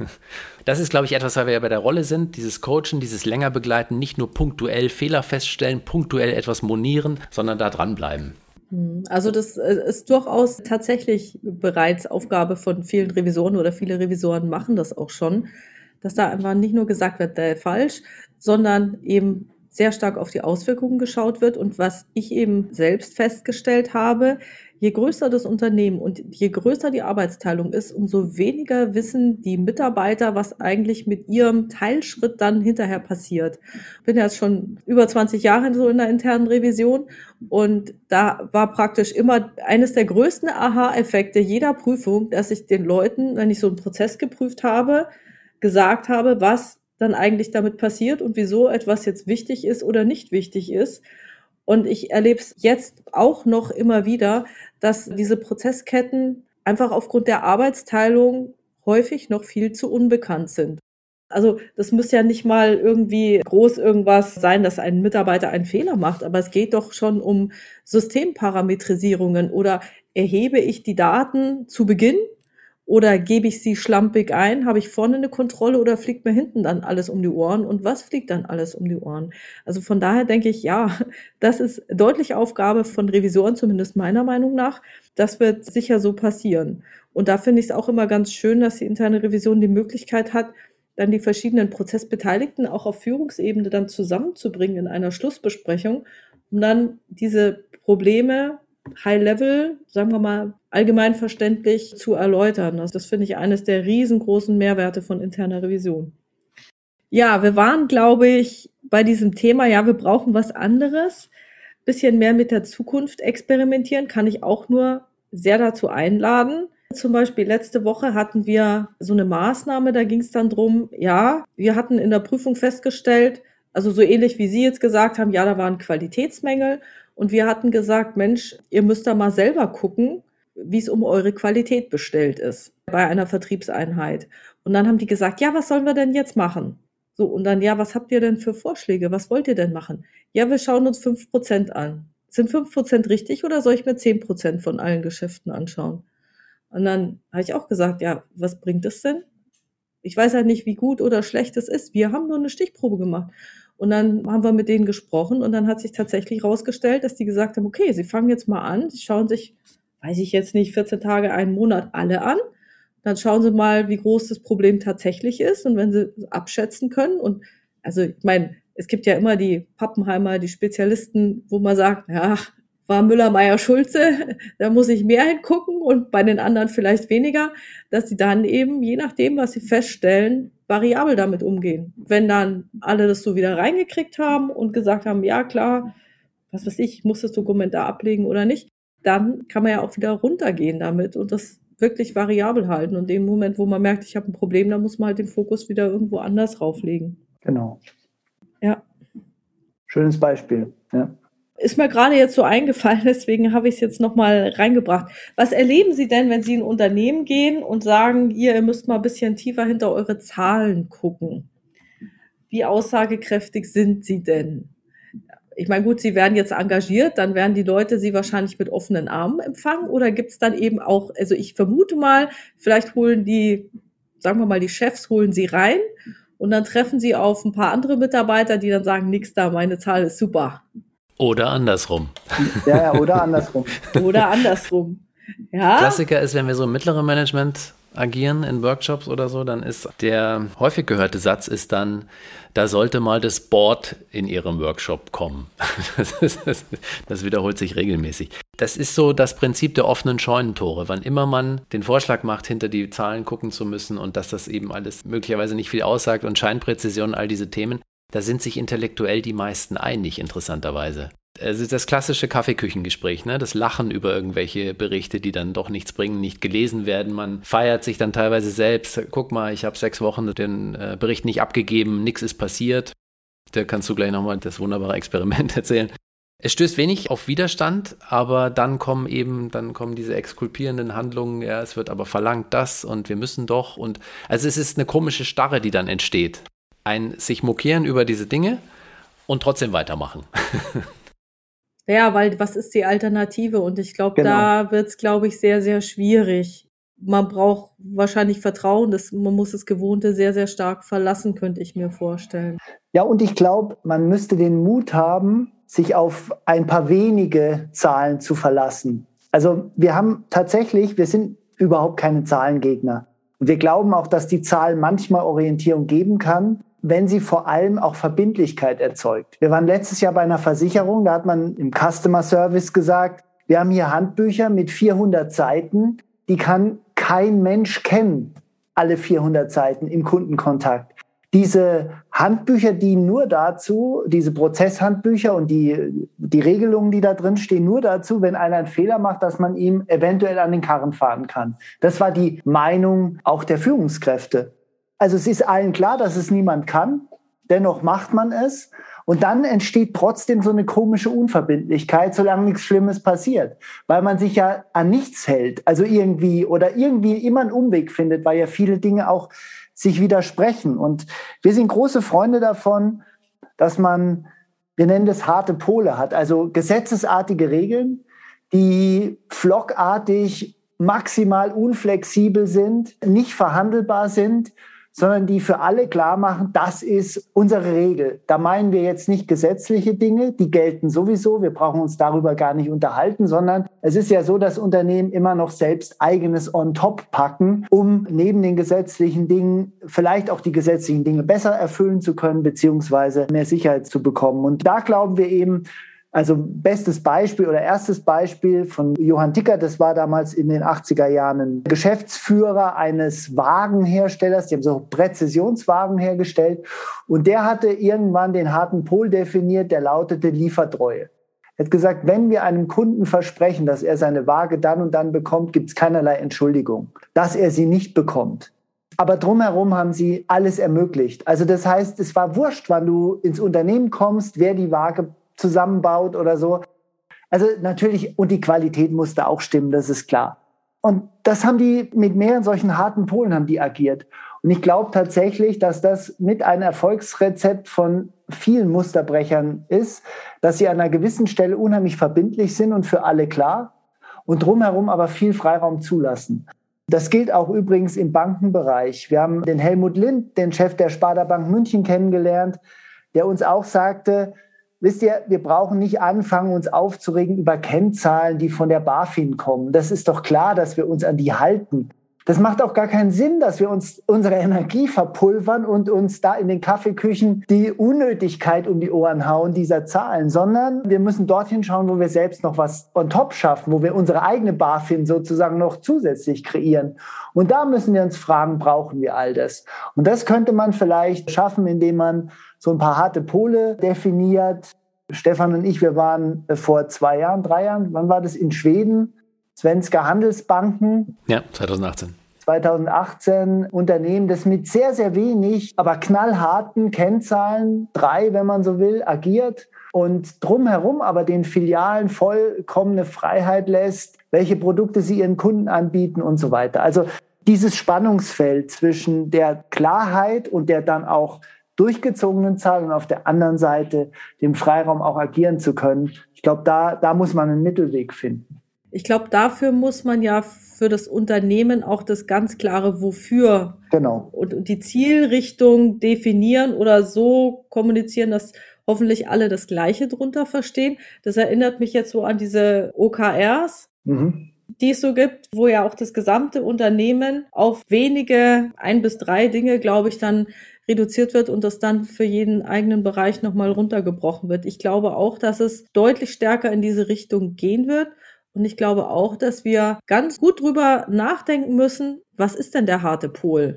Das ist, glaube ich, etwas, weil wir ja bei der Rolle sind, dieses Coachen, dieses länger begleiten, nicht nur punktuell Fehler feststellen, punktuell etwas monieren, sondern da dranbleiben. Also das ist durchaus tatsächlich bereits Aufgabe von vielen Revisoren oder viele Revisoren machen das auch schon, dass da einfach nicht nur gesagt wird, der falsch, sondern eben sehr stark auf die Auswirkungen geschaut wird. Und was ich eben selbst festgestellt habe, je größer das Unternehmen und je größer die Arbeitsteilung ist, umso weniger wissen die Mitarbeiter, was eigentlich mit ihrem Teilschritt dann hinterher passiert. Ich bin jetzt schon über 20 Jahre so in der internen Revision und da war praktisch immer eines der größten Aha-Effekte jeder Prüfung, dass ich den Leuten, wenn ich so einen Prozess geprüft habe, gesagt habe, was dann eigentlich damit passiert und wieso etwas jetzt wichtig ist oder nicht wichtig ist. Und ich erlebe es jetzt auch noch immer wieder, dass diese Prozessketten einfach aufgrund der Arbeitsteilung häufig noch viel zu unbekannt sind. Also das muss ja nicht mal irgendwie groß irgendwas sein, dass ein Mitarbeiter einen Fehler macht, aber es geht doch schon um Systemparametrisierungen oder erhebe ich die Daten zu Beginn oder gebe ich sie schlampig ein? Habe ich vorne eine Kontrolle oder fliegt mir hinten dann alles um die Ohren? Und was fliegt dann alles um die Ohren? Also von daher denke ich, ja, das ist deutlich Aufgabe von Revisoren, zumindest meiner Meinung nach. Das wird sicher so passieren. Und da finde ich es auch immer ganz schön, dass die interne Revision die Möglichkeit hat, dann die verschiedenen Prozessbeteiligten auch auf Führungsebene dann zusammenzubringen in einer Schlussbesprechung, um dann diese Probleme High-Level, sagen wir mal, allgemein verständlich zu erläutern. Also das finde ich eines der riesengroßen Mehrwerte von interner Revision. Ja, wir waren, glaube ich, bei diesem Thema, ja, wir brauchen was anderes. Bisschen mehr mit der Zukunft experimentieren, kann ich auch nur sehr dazu einladen. Zum Beispiel letzte Woche hatten wir so eine Maßnahme, da ging es dann drum, ja, wir hatten in der Prüfung festgestellt, also so ähnlich wie Sie jetzt gesagt haben, ja, da waren Qualitätsmängel und wir hatten gesagt, Mensch, ihr müsst da mal selber gucken, wie es um eure Qualität bestellt ist bei einer Vertriebseinheit. Und dann haben die gesagt, ja, was sollen wir denn jetzt machen? So, und dann, ja, was habt ihr denn für Vorschläge? Was wollt ihr denn machen? Ja, wir schauen uns 5% an. Sind 5% richtig oder soll ich mir 10% von allen Geschäften anschauen? Und dann habe ich auch gesagt, ja, was bringt es denn? Ich weiß halt nicht, wie gut oder schlecht es ist. Wir haben nur eine Stichprobe gemacht. Und dann haben wir mit denen gesprochen und dann hat sich tatsächlich rausgestellt, dass die gesagt haben, okay, sie fangen jetzt mal an, sie schauen sich, weiß ich jetzt nicht, 14 Tage, einen Monat alle an. Dann schauen sie mal, wie groß das Problem tatsächlich ist und wenn sie abschätzen können. Und also ich meine, es gibt ja immer die Pappenheimer, die Spezialisten, wo man sagt, ja, war Müller, Meyer, Schulze, da muss ich mehr hingucken und bei den anderen vielleicht weniger, dass sie dann eben, je nachdem, was sie feststellen, variabel damit umgehen. Wenn dann alle das so wieder reingekriegt haben und gesagt haben, ja klar, was weiß ich muss das Dokument da ablegen oder nicht, dann kann man ja auch wieder runtergehen damit und das wirklich variabel halten. Und in dem Moment, wo man merkt, ich habe ein Problem, dann muss man halt den Fokus wieder irgendwo anders rauflegen. Genau. Ja. Schönes Beispiel, ja. Ist mir gerade jetzt so eingefallen, deswegen habe ich es jetzt nochmal reingebracht. Was erleben Sie denn, wenn Sie in ein Unternehmen gehen und sagen, ihr müsst mal ein bisschen tiefer hinter eure Zahlen gucken? Wie aussagekräftig sind Sie denn? Ich meine, gut, Sie werden jetzt engagiert, dann werden die Leute Sie wahrscheinlich mit offenen Armen empfangen oder gibt es dann eben auch, also ich vermute mal, vielleicht holen die, sagen wir mal, die Chefs holen Sie rein und dann treffen Sie auf ein paar andere Mitarbeiter, die dann sagen, nix da, meine Zahl ist super. Oder andersrum. Ja, oder andersrum. Oder andersrum. Ja. Klassiker ist, wenn wir so im mittleren Management agieren in Workshops oder so, dann ist der häufig gehörte Satz ist dann, da sollte mal das Board in Ihrem Workshop kommen. Das wiederholt sich regelmäßig. Das ist so das Prinzip der offenen Scheunentore. Wann immer man den Vorschlag macht, hinter die Zahlen gucken zu müssen und dass das eben alles möglicherweise nicht viel aussagt und Scheinpräzision, all diese Themen, da sind sich intellektuell die meisten einig, interessanterweise. Also das klassische Kaffeeküchengespräch, ne? Das Lachen über irgendwelche Berichte, die dann doch nichts bringen, nicht gelesen werden. Man feiert sich dann teilweise selbst. Guck mal, ich habe 6 Wochen den Bericht nicht abgegeben, nichts ist passiert. Da kannst du gleich nochmal das wunderbare Experiment erzählen. Es stößt wenig auf Widerstand, aber dann kommen diese exkulpierenden Handlungen, ja, es wird aber verlangt das und wir müssen doch und also es ist eine komische Starre, die dann entsteht. Ein sich mokieren über diese Dinge und trotzdem weitermachen. Ja, weil was ist die Alternative? Und ich glaube, da wird es, glaube ich, sehr, sehr schwierig. Man braucht wahrscheinlich Vertrauen, man muss das Gewohnte sehr, sehr stark verlassen, könnte ich mir vorstellen. Ja, und ich glaube, man müsste den Mut haben, sich auf ein paar wenige Zahlen zu verlassen. Also wir sind überhaupt keine Zahlengegner. Und wir glauben auch, dass die Zahl manchmal Orientierung geben kann, wenn sie vor allem auch Verbindlichkeit erzeugt. Wir waren letztes Jahr bei einer Versicherung, da hat man im Customer Service gesagt, wir haben hier Handbücher mit 400 Seiten, die kann kein Mensch kennen, alle 400 Seiten im Kundenkontakt. Diese Handbücher dienen nur dazu, diese Prozesshandbücher und die Regelungen, die da drin stehen, nur dazu, wenn einer einen Fehler macht, dass man ihm eventuell an den Karren fahren kann. Das war die Meinung auch der Führungskräfte. Also es ist allen klar, dass es niemand kann, dennoch macht man es und dann entsteht trotzdem so eine komische Unverbindlichkeit, solange nichts Schlimmes passiert, weil man sich ja an nichts hält, also irgendwie immer einen Umweg findet, weil ja viele Dinge auch sich widersprechen und wir sind große Freunde davon, dass man, wir nennen das harte Pole hat, also gesetzesartige Regeln, die flockartig maximal unflexibel sind, nicht verhandelbar sind, sondern die für alle klar machen, das ist unsere Regel. Da meinen wir jetzt nicht gesetzliche Dinge, die gelten sowieso, wir brauchen uns darüber gar nicht unterhalten, sondern es ist ja so, dass Unternehmen immer noch selbst eigenes on top packen, um neben den gesetzlichen Dingen vielleicht auch die gesetzlichen Dinge besser erfüllen zu können, beziehungsweise mehr Sicherheit zu bekommen. Und da glauben wir eben, also bestes Beispiel oder erstes Beispiel von Johann Ticker, das war damals in den 80er Jahren ein Geschäftsführer eines Wagenherstellers, die haben so Präzisionswagen hergestellt und der hatte irgendwann den harten Pol definiert, der lautete Liefertreue. Er hat gesagt, wenn wir einem Kunden versprechen, dass er seine Waage dann und dann bekommt, gibt es keinerlei Entschuldigung, dass er sie nicht bekommt. Aber drumherum haben sie alles ermöglicht. Also das heißt, es war wurscht, wann du ins Unternehmen kommst, wer die Waage zusammenbaut oder so. Also natürlich, und die Qualität musste auch stimmen, das ist klar. Und das haben die mit mehreren solchen harten Polen haben die agiert. Und ich glaube tatsächlich, dass das mit ein Erfolgsrezept von vielen Musterbrechern ist, dass sie an einer gewissen Stelle unheimlich verbindlich sind und für alle klar und drumherum aber viel Freiraum zulassen. Das gilt auch übrigens im Bankenbereich. Wir haben den Helmut Lind, den Chef der Sparda Bank München, kennengelernt, der uns auch sagte, wisst ihr, wir brauchen nicht anfangen, uns aufzuregen über Kennzahlen, die von der BaFin kommen. Das ist doch klar, dass wir uns an die halten. Das macht auch gar keinen Sinn, dass wir uns unsere Energie verpulvern und uns da in den Kaffeeküchen die Unnötigkeit um die Ohren hauen dieser Zahlen, sondern wir müssen dorthin schauen, wo wir selbst noch was on top schaffen, wo wir unsere eigene BaFin sozusagen noch zusätzlich kreieren. Und da müssen wir uns fragen, brauchen wir all das? Und das könnte man vielleicht schaffen, indem man so ein paar harte Pole definiert. Stefan und ich, wir waren vor 3 Jahren, wann war das, in Schweden? Svenska Handelsbanken. Ja, 2018. 2018 Unternehmen, das mit sehr, sehr wenig, aber knallharten Kennzahlen, 3, wenn man so will, agiert und drumherum aber den Filialen vollkommene Freiheit lässt, welche Produkte sie ihren Kunden anbieten und so weiter. Also dieses Spannungsfeld zwischen der Klarheit und der dann auch durchgezogenen Zahl und auf der anderen Seite dem Freiraum auch agieren zu können. Ich glaube, da muss man einen Mittelweg finden. Ich glaube, dafür muss man ja für das Unternehmen auch das ganz klare Wofür und die Zielrichtung definieren oder so kommunizieren, dass hoffentlich alle das Gleiche drunter verstehen. Das erinnert mich jetzt so an diese OKRs, die es so gibt, wo ja auch das gesamte Unternehmen auf wenige 1 bis 3 Dinge, glaube ich, dann reduziert wird und das dann für jeden eigenen Bereich nochmal runtergebrochen wird. Ich glaube auch, dass es deutlich stärker in diese Richtung gehen wird. Und ich glaube auch, dass wir ganz gut drüber nachdenken müssen, was ist denn der harte Pol?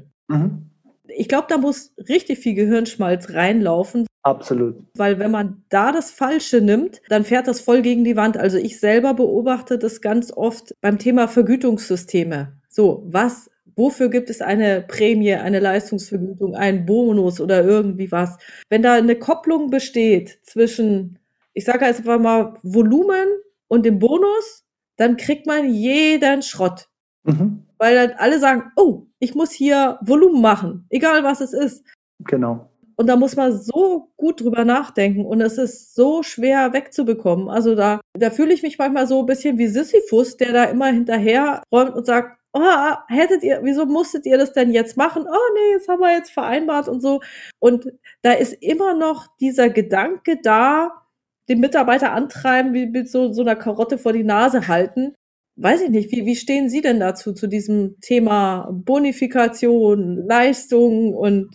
Ich glaube, da muss richtig viel Gehirnschmalz reinlaufen. Absolut. Weil wenn man da das Falsche nimmt, dann fährt das voll gegen die Wand. Also ich selber beobachte das ganz oft beim Thema Vergütungssysteme. So, wofür gibt es eine Prämie, eine Leistungsvergütung, einen Bonus oder irgendwie was? Wenn da eine Kopplung besteht zwischen, ich sage jetzt einfach mal, Volumen und dem Bonus, dann kriegt man jeden Schrott. Weil dann alle sagen, oh, ich muss hier Volumen machen, egal was es ist. Genau. Und da muss man so gut drüber nachdenken und es ist so schwer wegzubekommen. Also da fühle ich mich manchmal so ein bisschen wie Sisyphus, der da immer hinterher räumt und sagt, wieso musstet ihr das denn jetzt machen? Oh nee, das haben wir jetzt vereinbart und so. Und da ist immer noch dieser Gedanke da, den Mitarbeiter antreiben, wie mit so einer Karotte vor die Nase halten. Weiß ich nicht, wie stehen Sie denn dazu, zu diesem Thema Bonifikation, Leistung und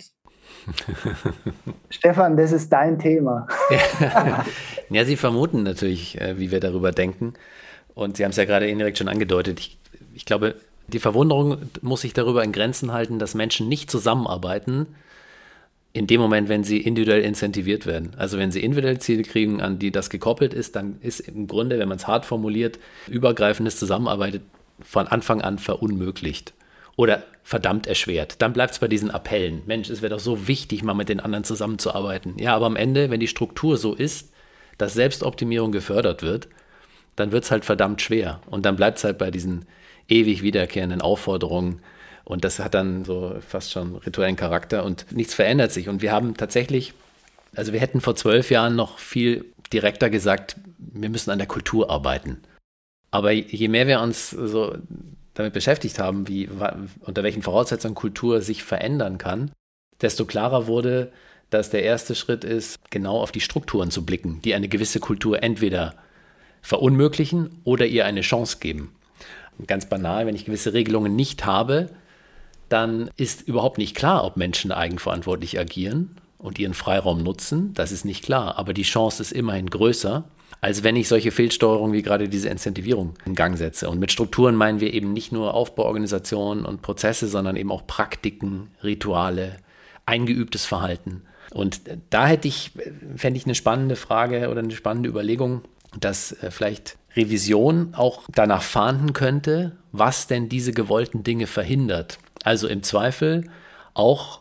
Stefan, das ist dein Thema. Ja, Sie vermuten natürlich, wie wir darüber denken. Und Sie haben es ja gerade indirekt schon angedeutet. Ich glaube, die Verwunderung muss sich darüber in Grenzen halten, dass Menschen nicht zusammenarbeiten, in dem Moment, wenn sie individuell incentiviert werden. Also wenn sie individuelle Ziele kriegen, an die das gekoppelt ist, dann ist im Grunde, wenn man es hart formuliert, übergreifendes Zusammenarbeiten von Anfang an verunmöglicht oder verdammt erschwert. Dann bleibt es bei diesen Appellen. Mensch, es wäre doch so wichtig, mal mit den anderen zusammenzuarbeiten. Ja, aber am Ende, wenn die Struktur so ist, dass Selbstoptimierung gefördert wird, dann wird es halt verdammt schwer. Und dann bleibt es halt bei diesen ewig wiederkehrenden Aufforderungen. Und das hat dann so fast schon rituellen Charakter und nichts verändert sich. Und wir haben tatsächlich, also wir hätten vor 12 Jahren noch viel direkter gesagt, wir müssen an der Kultur arbeiten. Aber je mehr wir uns so damit beschäftigt haben, unter welchen Voraussetzungen Kultur sich verändern kann, desto klarer wurde, dass der erste Schritt ist, genau auf die Strukturen zu blicken, die eine gewisse Kultur entweder verunmöglichen oder ihr eine Chance geben. Und ganz banal, wenn ich gewisse Regelungen nicht habe, dann ist überhaupt nicht klar, ob Menschen eigenverantwortlich agieren und ihren Freiraum nutzen. Das ist nicht klar, aber die Chance ist immerhin größer, als wenn ich solche Fehlsteuerungen wie gerade diese Incentivierung in Gang setze. Und mit Strukturen meinen wir eben nicht nur Aufbauorganisationen und Prozesse, sondern eben auch Praktiken, Rituale, eingeübtes Verhalten. Und da fände ich eine spannende Frage oder eine spannende Überlegung, dass vielleicht Revision auch danach fahnden könnte, was denn diese gewollten Dinge verhindert. Also im Zweifel auch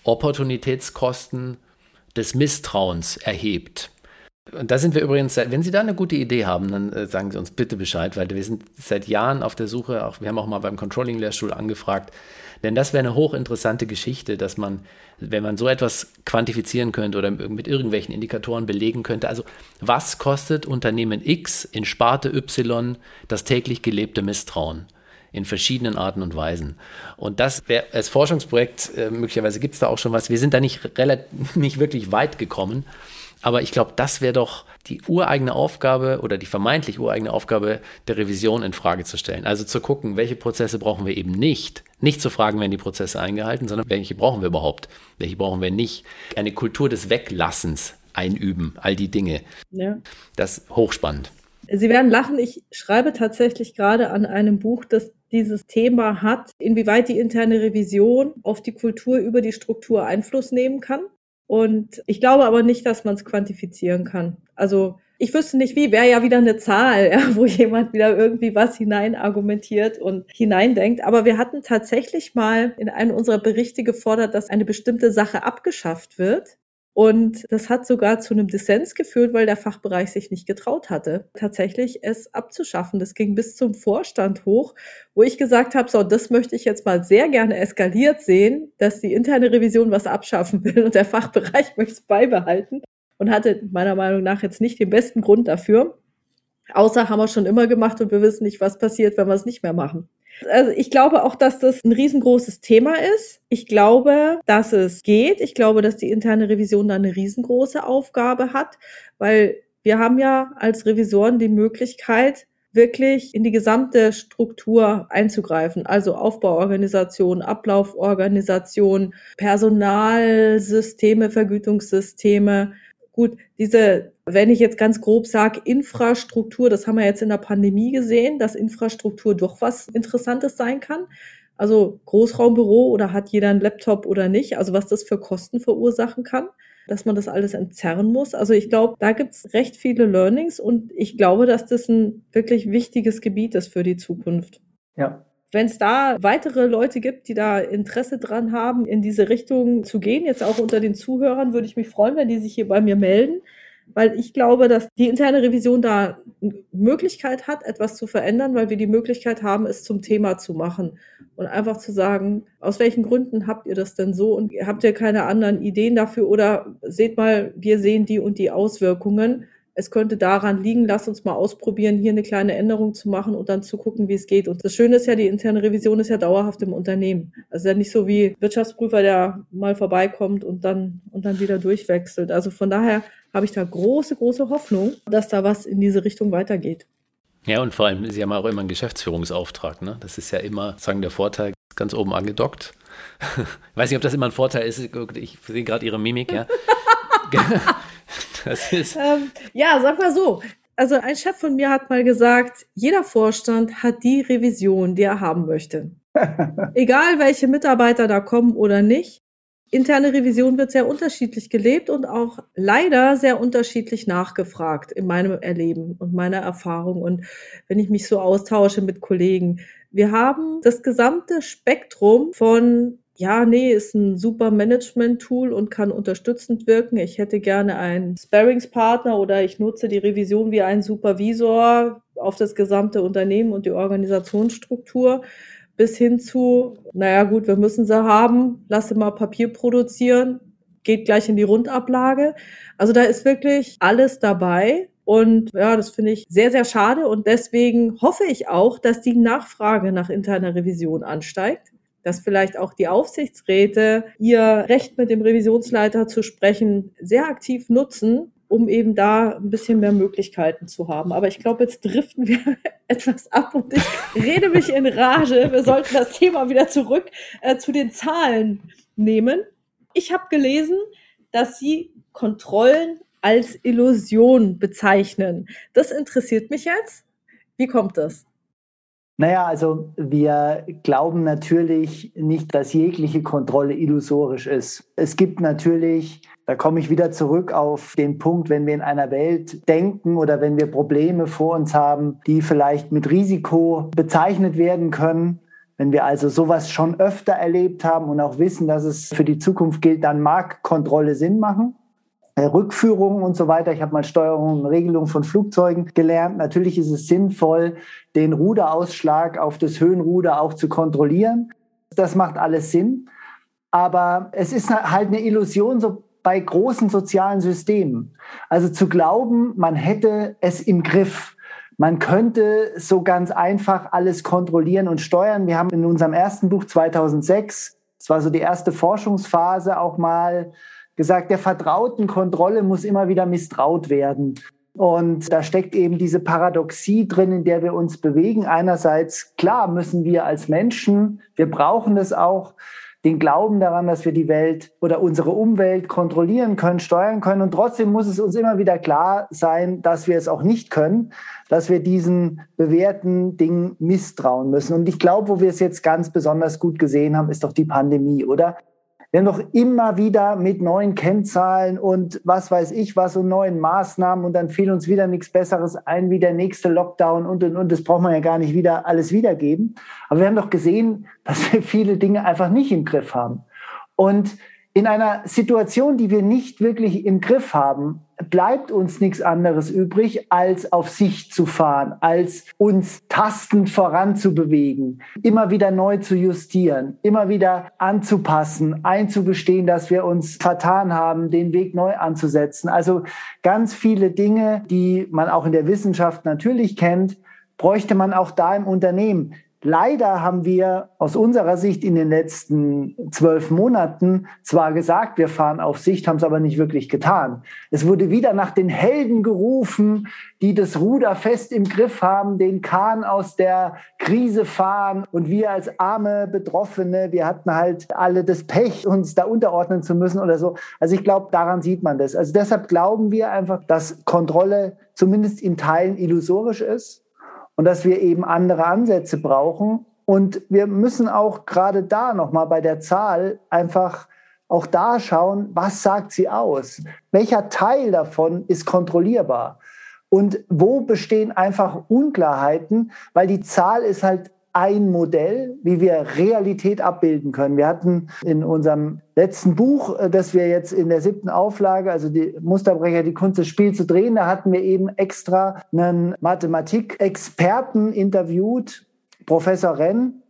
Opportunitätskosten des Misstrauens erhebt. Und da sind wir übrigens, wenn Sie da eine gute Idee haben, dann sagen Sie uns bitte Bescheid, weil wir sind seit Jahren auf der Suche, wir haben auch mal beim Controlling-Lehrstuhl angefragt, denn das wäre eine hochinteressante Geschichte, dass man, wenn man so etwas quantifizieren könnte oder mit irgendwelchen Indikatoren belegen könnte, also was kostet Unternehmen X in Sparte Y das täglich gelebte Misstrauen? In verschiedenen Arten und Weisen. Und das wäre als Forschungsprojekt, möglicherweise gibt es da auch schon was, wir sind da nicht wirklich weit gekommen, aber ich glaube, das wäre doch die ureigene Aufgabe oder die vermeintlich ureigene Aufgabe der Revision in Frage zu stellen. Also zu gucken, welche Prozesse brauchen wir eben nicht. Nicht zu fragen, werden die Prozesse eingehalten, sondern welche brauchen wir überhaupt, welche brauchen wir nicht. Eine Kultur des Weglassens einüben, all die Dinge. Ja. Das ist hochspannend. Sie werden lachen, ich schreibe tatsächlich gerade an einem Buch, das dieses Thema hat, inwieweit die interne Revision auf die Kultur über die Struktur Einfluss nehmen kann. Und ich glaube aber nicht, dass man es quantifizieren kann. Also ich wüsste nicht wie, wäre ja wieder eine Zahl, ja, wo jemand wieder irgendwie was hinein argumentiert und hineindenkt. Aber wir hatten tatsächlich mal in einem unserer Berichte gefordert, dass eine bestimmte Sache abgeschafft wird. Und das hat sogar zu einem Dissens geführt, weil der Fachbereich sich nicht getraut hatte, tatsächlich es abzuschaffen. Das ging bis zum Vorstand hoch, wo ich gesagt habe, so, das möchte ich jetzt mal sehr gerne eskaliert sehen, dass die interne Revision was abschaffen will und der Fachbereich möchte es beibehalten und hatte meiner Meinung nach jetzt nicht den besten Grund dafür. Außer haben wir schon immer gemacht und wir wissen nicht, was passiert, wenn wir es nicht mehr machen. Also ich glaube auch, dass das ein riesengroßes Thema ist. Ich glaube, dass es geht. Ich glaube, dass die interne Revision da eine riesengroße Aufgabe hat, weil wir haben ja als Revisoren die Möglichkeit, wirklich in die gesamte Struktur einzugreifen. Also Aufbauorganisation, Ablauforganisation, Personalsysteme, Vergütungssysteme. Gut, wenn ich jetzt ganz grob sage, Infrastruktur, das haben wir jetzt in der Pandemie gesehen, dass Infrastruktur doch was Interessantes sein kann. Also Großraumbüro oder hat jeder einen Laptop oder nicht, also was das für Kosten verursachen kann, dass man das alles entzerren muss. Also ich glaube, da gibt es recht viele Learnings und ich glaube, dass das ein wirklich wichtiges Gebiet ist für die Zukunft. Ja. Wenn es da weitere Leute gibt, die da Interesse dran haben, in diese Richtung zu gehen, jetzt auch unter den Zuhörern, würde ich mich freuen, wenn die sich hier bei mir melden, weil ich glaube, dass die interne Revision da eine Möglichkeit hat, etwas zu verändern, weil wir die Möglichkeit haben, es zum Thema zu machen und einfach zu sagen, aus welchen Gründen habt ihr das denn so und habt ihr keine anderen Ideen dafür oder seht mal, wir sehen die und die Auswirkungen. Es könnte daran liegen, lass uns mal ausprobieren, hier eine kleine Änderung zu machen und dann zu gucken, wie es geht. Und das Schöne ist ja, die interne Revision ist ja dauerhaft im Unternehmen. Also ja nicht so wie Wirtschaftsprüfer, der mal vorbeikommt und dann wieder durchwechselt. Also von daher habe ich da große, große Hoffnung, dass da was in diese Richtung weitergeht. Ja, und vor allem, Sie haben auch immer einen Geschäftsführungsauftrag, ne? Das ist ja immer, sagen der Vorteil, ganz oben angedockt. Ich weiß nicht, ob das immer ein Vorteil ist. Ich sehe gerade Ihre Mimik, ja. Das ist ja, sag mal so. Also ein Chef von mir hat mal gesagt, jeder Vorstand hat die Revision, die er haben möchte. Egal, welche Mitarbeiter da kommen oder nicht. Interne Revision wird sehr unterschiedlich gelebt und auch leider sehr unterschiedlich nachgefragt in meinem Erleben und meiner Erfahrung und wenn ich mich so austausche mit Kollegen. Wir haben das gesamte Spektrum von ist ein super Management-Tool und kann unterstützend wirken. Ich hätte gerne einen Sparringspartner oder ich nutze die Revision wie einen Supervisor auf das gesamte Unternehmen und die Organisationsstruktur bis hin zu, wir müssen sie haben, lasse mal Papier produzieren, geht gleich in die Rundablage. Also da ist wirklich alles dabei. Und ja, das finde ich sehr, sehr schade. Und deswegen hoffe ich auch, dass die Nachfrage nach interner Revision ansteigt, dass vielleicht auch die Aufsichtsräte ihr Recht mit dem Revisionsleiter zu sprechen sehr aktiv nutzen, um eben da ein bisschen mehr Möglichkeiten zu haben. Aber ich glaube, jetzt driften wir etwas ab und ich rede mich in Rage. Wir sollten das Thema wieder zurück zu den Zahlen nehmen. Ich habe gelesen, dass Sie Kontrollen als Illusion bezeichnen. Das interessiert mich jetzt. Wie kommt das? Naja, also wir glauben natürlich nicht, dass jegliche Kontrolle illusorisch ist. Es gibt natürlich, da komme ich wieder zurück auf den Punkt, wenn wir in einer Welt denken oder wenn wir Probleme vor uns haben, die vielleicht mit Risiko bezeichnet werden können. Wenn wir also sowas schon öfter erlebt haben und auch wissen, dass es für die Zukunft gilt, dann mag Kontrolle Sinn machen. Rückführungen und so weiter. Ich habe mal Steuerung und Regelung von Flugzeugen gelernt. Natürlich ist es sinnvoll, den Ruderausschlag auf das Höhenruder auch zu kontrollieren. Das macht alles Sinn. Aber es ist halt eine Illusion so bei großen sozialen Systemen. Also zu glauben, man hätte es im Griff. Man könnte so ganz einfach alles kontrollieren und steuern. Wir haben in unserem ersten Buch 2006, das war so die erste Forschungsphase, auch mal gesagt, der vertrauten Kontrolle muss immer wieder misstraut werden. Und da steckt eben diese Paradoxie drin, in der wir uns bewegen. Einerseits, klar, müssen wir als Menschen, wir brauchen das auch, den Glauben daran, dass wir die Welt oder unsere Umwelt kontrollieren können, steuern können. Und trotzdem muss es uns immer wieder klar sein, dass wir es auch nicht können, dass wir diesen bewährten Dingen misstrauen müssen. Und ich glaube, wo wir es jetzt ganz besonders gut gesehen haben, ist doch die Pandemie, oder? Wir haben doch immer wieder mit neuen Kennzahlen und was weiß ich was und neuen Maßnahmen und dann fiel uns wieder nichts Besseres ein wie der nächste Lockdown und. Das braucht man ja gar nicht wieder alles wiedergeben. Aber wir haben doch gesehen, dass wir viele Dinge einfach nicht im Griff haben. Und in einer Situation, die wir nicht wirklich im Griff haben, bleibt uns nichts anderes übrig, als auf Sicht zu fahren, als uns tastend voranzubewegen, immer wieder neu zu justieren, immer wieder anzupassen, einzugestehen, dass wir uns vertan haben, den Weg neu anzusetzen. Also ganz viele Dinge, die man auch in der Wissenschaft natürlich kennt, bräuchte man auch da im Unternehmen. Leider haben wir aus unserer Sicht in den letzten 12 Monaten zwar gesagt, wir fahren auf Sicht, haben es aber nicht wirklich getan. Es wurde wieder nach den Helden gerufen, die das Ruder fest im Griff haben, den Kahn aus der Krise fahren. Und wir als arme Betroffene, wir hatten halt alle das Pech, uns da unterordnen zu müssen oder so. Also ich glaube, daran sieht man das. Also deshalb glauben wir einfach, dass Kontrolle zumindest in Teilen illusorisch ist. Und dass wir eben andere Ansätze brauchen. Und wir müssen auch gerade da nochmal bei der Zahl einfach auch da schauen, was sagt sie aus? Welcher Teil davon ist kontrollierbar? Und wo bestehen einfach Unklarheiten? Weil die Zahl ist halt ein Modell, wie wir Realität abbilden können. Wir hatten in unserem letzten Buch, das wir jetzt in der 7. Auflage, also die Musterbrecher, die Kunst, das Spiel zu drehen, da hatten wir eben extra einen Mathematikexperten interviewt, Professor Renn.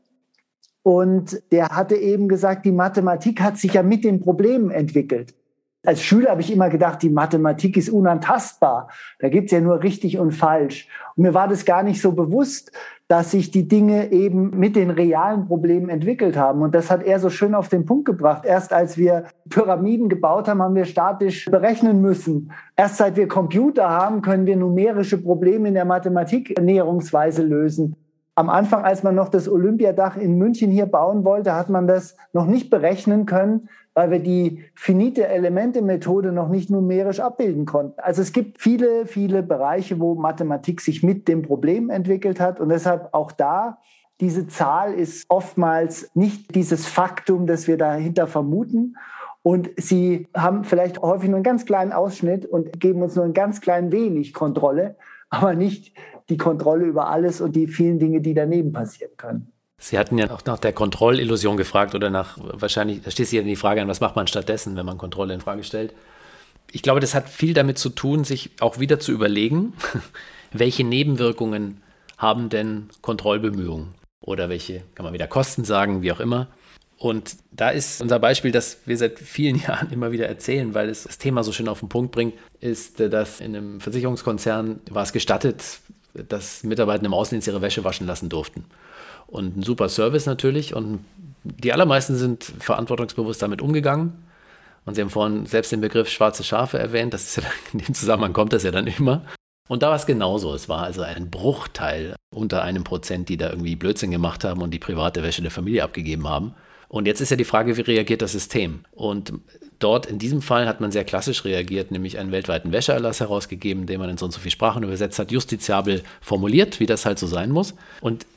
Und der hatte eben gesagt, die Mathematik hat sich ja mit den Problemen entwickelt. Als Schüler habe ich immer gedacht, die Mathematik ist unantastbar. Da gibt es ja nur richtig und falsch. Und mir war das gar nicht so bewusst, dass sich die Dinge eben mit den realen Problemen entwickelt haben. Und das hat er so schön auf den Punkt gebracht. Erst als wir Pyramiden gebaut haben, haben wir statisch berechnen müssen. Erst seit wir Computer haben, können wir numerische Probleme in der Mathematik näherungsweise lösen. Am Anfang, als man noch das Olympiadach in München hier bauen wollte, hat man das noch nicht berechnen können, weil wir die finite Elemente-Methode noch nicht numerisch abbilden konnten. Also es gibt viele, viele Bereiche, wo Mathematik sich mit dem Problem entwickelt hat. Und deshalb auch da, diese Zahl ist oftmals nicht dieses Faktum, das wir dahinter vermuten. Und sie haben vielleicht häufig nur einen ganz kleinen Ausschnitt und geben uns nur ein ganz klein wenig Kontrolle, aber nicht die Kontrolle über alles und die vielen Dinge, die daneben passieren können. Sie hatten ja auch nach der Kontrollillusion gefragt oder wahrscheinlich, da schließt sich ja die Frage an, was macht man stattdessen, wenn man Kontrolle in Frage stellt. Ich glaube, das hat viel damit zu tun, sich auch wieder zu überlegen, welche Nebenwirkungen haben denn Kontrollbemühungen oder welche, kann man wieder Kosten sagen, wie auch immer. Und da ist unser Beispiel, das wir seit vielen Jahren immer wieder erzählen, weil es das Thema so schön auf den Punkt bringt, ist, dass in einem Versicherungskonzern war es gestattet, dass Mitarbeiter im Außendienst ihre Wäsche waschen lassen durften. Und ein super Service natürlich. Und die allermeisten sind verantwortungsbewusst damit umgegangen. Und Sie haben vorhin selbst den Begriff schwarze Schafe erwähnt. Das ist ja, in dem Zusammenhang kommt das ja dann immer. Und da war es genauso. Es war also ein Bruchteil unter 1%, die da irgendwie Blödsinn gemacht haben und die private Wäsche der Familie abgegeben haben. Und jetzt ist ja die Frage, wie reagiert das System? Und dort in diesem Fall hat man sehr klassisch reagiert, nämlich einen weltweiten Wäscheerlass herausgegeben, den man in so und so viele Sprachen übersetzt hat, justiziabel formuliert, wie das halt so sein muss. Und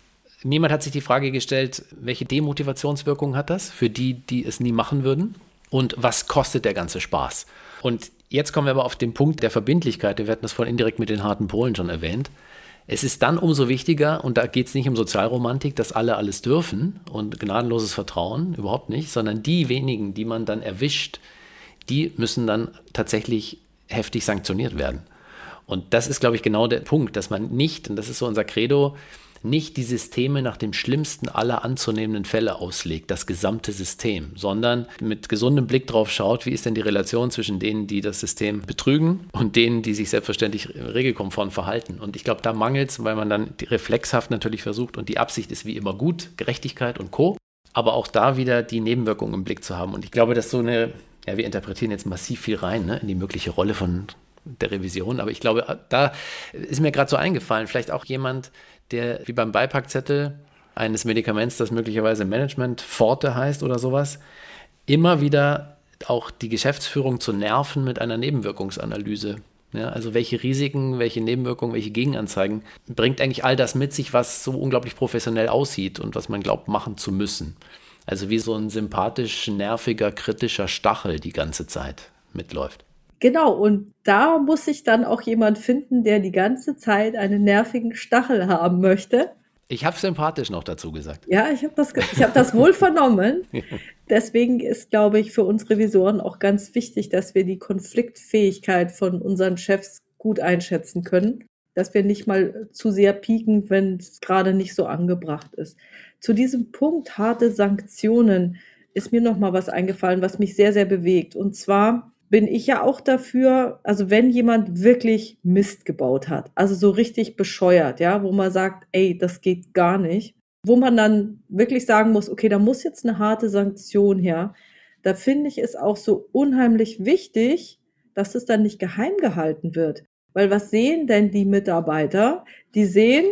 niemand hat sich die Frage gestellt, welche Demotivationswirkung hat das für die, die es nie machen würden? Und was kostet der ganze Spaß? Und jetzt kommen wir aber auf den Punkt der Verbindlichkeit. Wir hatten das vorhin indirekt mit den harten Polen schon erwähnt. Es ist dann umso wichtiger, und da geht es nicht um Sozialromantik, dass alle alles dürfen und gnadenloses Vertrauen, überhaupt nicht, sondern die wenigen, die man dann erwischt, die müssen dann tatsächlich heftig sanktioniert werden. Und das ist, glaube ich, genau der Punkt, dass man nicht, und das ist so unser Credo, nicht die Systeme nach dem schlimmsten aller anzunehmenden Fälle auslegt, das gesamte System, sondern mit gesundem Blick drauf schaut, wie ist denn die Relation zwischen denen, die das System betrügen und denen, die sich selbstverständlich regelkonform verhalten. Und ich glaube, da mangelt es, weil man dann die reflexhaft natürlich versucht und die Absicht ist wie immer gut, Gerechtigkeit und Co., aber auch da wieder die Nebenwirkungen im Blick zu haben. Und ich glaube, dass so eine, ja, wir interpretieren jetzt massiv viel rein, ne, in die mögliche Rolle von der Revision, aber ich glaube, da ist mir gerade so eingefallen, vielleicht auch jemand, der wie beim Beipackzettel eines Medikaments, das möglicherweise Management Forte heißt oder sowas, immer wieder auch die Geschäftsführung zu nerven mit einer Nebenwirkungsanalyse. Ja, also welche Risiken, welche Nebenwirkungen, welche Gegenanzeigen bringt eigentlich all das mit sich, was so unglaublich professionell aussieht und was man glaubt machen zu müssen. Also wie so ein sympathisch, nerviger, kritischer Stachel die ganze Zeit mitläuft. Genau, und da muss sich dann auch jemand finden, der die ganze Zeit einen nervigen Stachel haben möchte. Ich habe sympathisch noch dazu gesagt. Ja, ich hab das wohl vernommen. Deswegen ist, glaube ich, für uns Revisoren auch ganz wichtig, dass wir die Konfliktfähigkeit von unseren Chefs gut einschätzen können, dass wir nicht mal zu sehr pieken, wenn es gerade nicht so angebracht ist. Zu diesem Punkt harte Sanktionen ist mir noch mal was eingefallen, was mich sehr, sehr bewegt. Und zwar bin ich ja auch dafür, also wenn jemand wirklich Mist gebaut hat, also so richtig bescheuert, ja, wo man sagt, ey, das geht gar nicht, wo man dann wirklich sagen muss, okay, da muss jetzt eine harte Sanktion her, da finde ich es auch so unheimlich wichtig, dass es dann nicht geheim gehalten wird. Weil was sehen denn die Mitarbeiter? Die sehen,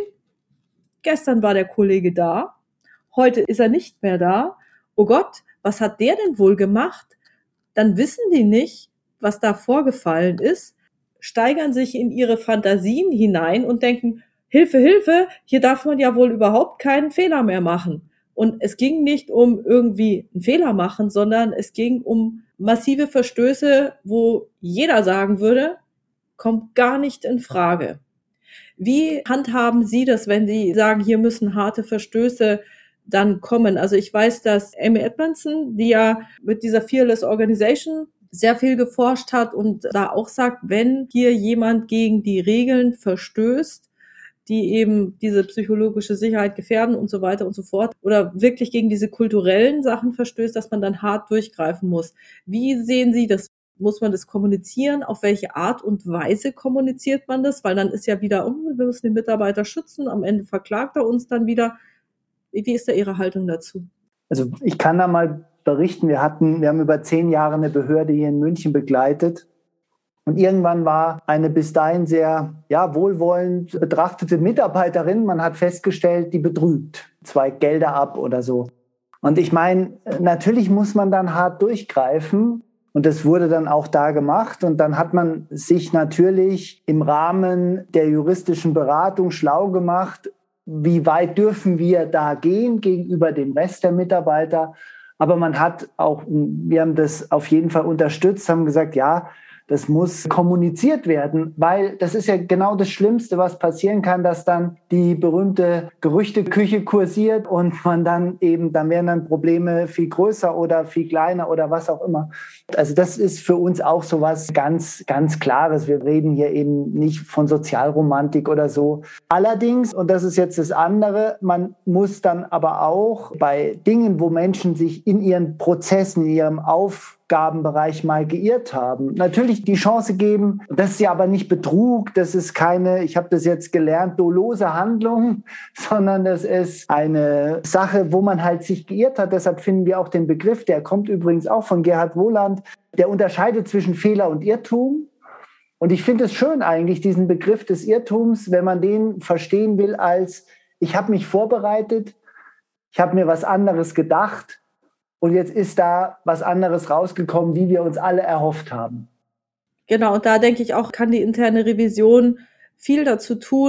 gestern war der Kollege da, heute ist er nicht mehr da. Oh Gott, was hat der denn wohl gemacht? Dann wissen die nicht, was da vorgefallen ist, steigern sich in ihre Fantasien hinein und denken, Hilfe, Hilfe, hier darf man ja wohl überhaupt keinen Fehler mehr machen. Und es ging nicht um irgendwie einen Fehler machen, sondern es ging um massive Verstöße, wo jeder sagen würde, kommt gar nicht in Frage. Wie handhaben Sie das, wenn Sie sagen, hier müssen harte Verstöße dann kommen? Also ich weiß, dass Amy Edmondson, die ja mit dieser Fearless Organization sehr viel geforscht hat und da auch sagt, wenn hier jemand gegen die Regeln verstößt, die eben diese psychologische Sicherheit gefährden und so weiter und so fort, oder wirklich gegen diese kulturellen Sachen verstößt, dass man dann hart durchgreifen muss. Wie sehen Sie das? Muss man das kommunizieren? Auf welche Art und Weise kommuniziert man das? Weil dann ist ja wieder, wir müssen den Mitarbeiter schützen, am Ende verklagt er uns dann wieder. Wie ist da Ihre Haltung dazu? Also ich kann da mal berichten, wir haben über 10 Jahre eine Behörde hier in München begleitet und irgendwann war eine bis dahin sehr wohlwollend betrachtete Mitarbeiterin, man hat festgestellt, die betrügt, 2 Gelder ab oder so. Und ich meine, natürlich muss man dann hart durchgreifen und das wurde dann auch da gemacht und dann hat man sich natürlich im Rahmen der juristischen Beratung schlau gemacht, wie weit dürfen wir da gehen gegenüber dem Rest der Mitarbeiter. Aber man hat auch, wir haben das auf jeden Fall unterstützt, haben gesagt, ja, das muss kommuniziert werden, weil das ist ja genau das Schlimmste, was passieren kann, dass dann die berühmte Gerüchteküche kursiert und man dann werden dann Probleme viel größer oder viel kleiner oder was auch immer. Also das ist für uns auch so was ganz, ganz Klares. Wir reden hier eben nicht von Sozialromantik oder so. Allerdings, und das ist jetzt das andere, man muss dann aber auch bei Dingen, wo Menschen sich in ihren Prozessen, in ihrem Aufgabenbereich mal geirrt haben, natürlich die Chance geben. Das ist ja aber nicht Betrug, das ist keine, ich habe das jetzt gelernt, dolose Handlung, sondern das ist eine Sache, wo man halt sich geirrt hat. Deshalb finden wir auch den Begriff, der kommt übrigens auch von Gerhard Wohland, der unterscheidet zwischen Fehler und Irrtum. Und ich finde es schön eigentlich, diesen Begriff des Irrtums, wenn man den verstehen will als, ich habe mich vorbereitet, ich habe mir was anderes gedacht, und jetzt ist da was anderes rausgekommen, wie wir uns alle erhofft haben. Genau, und da denke ich auch, kann die interne Revision viel dazu tun,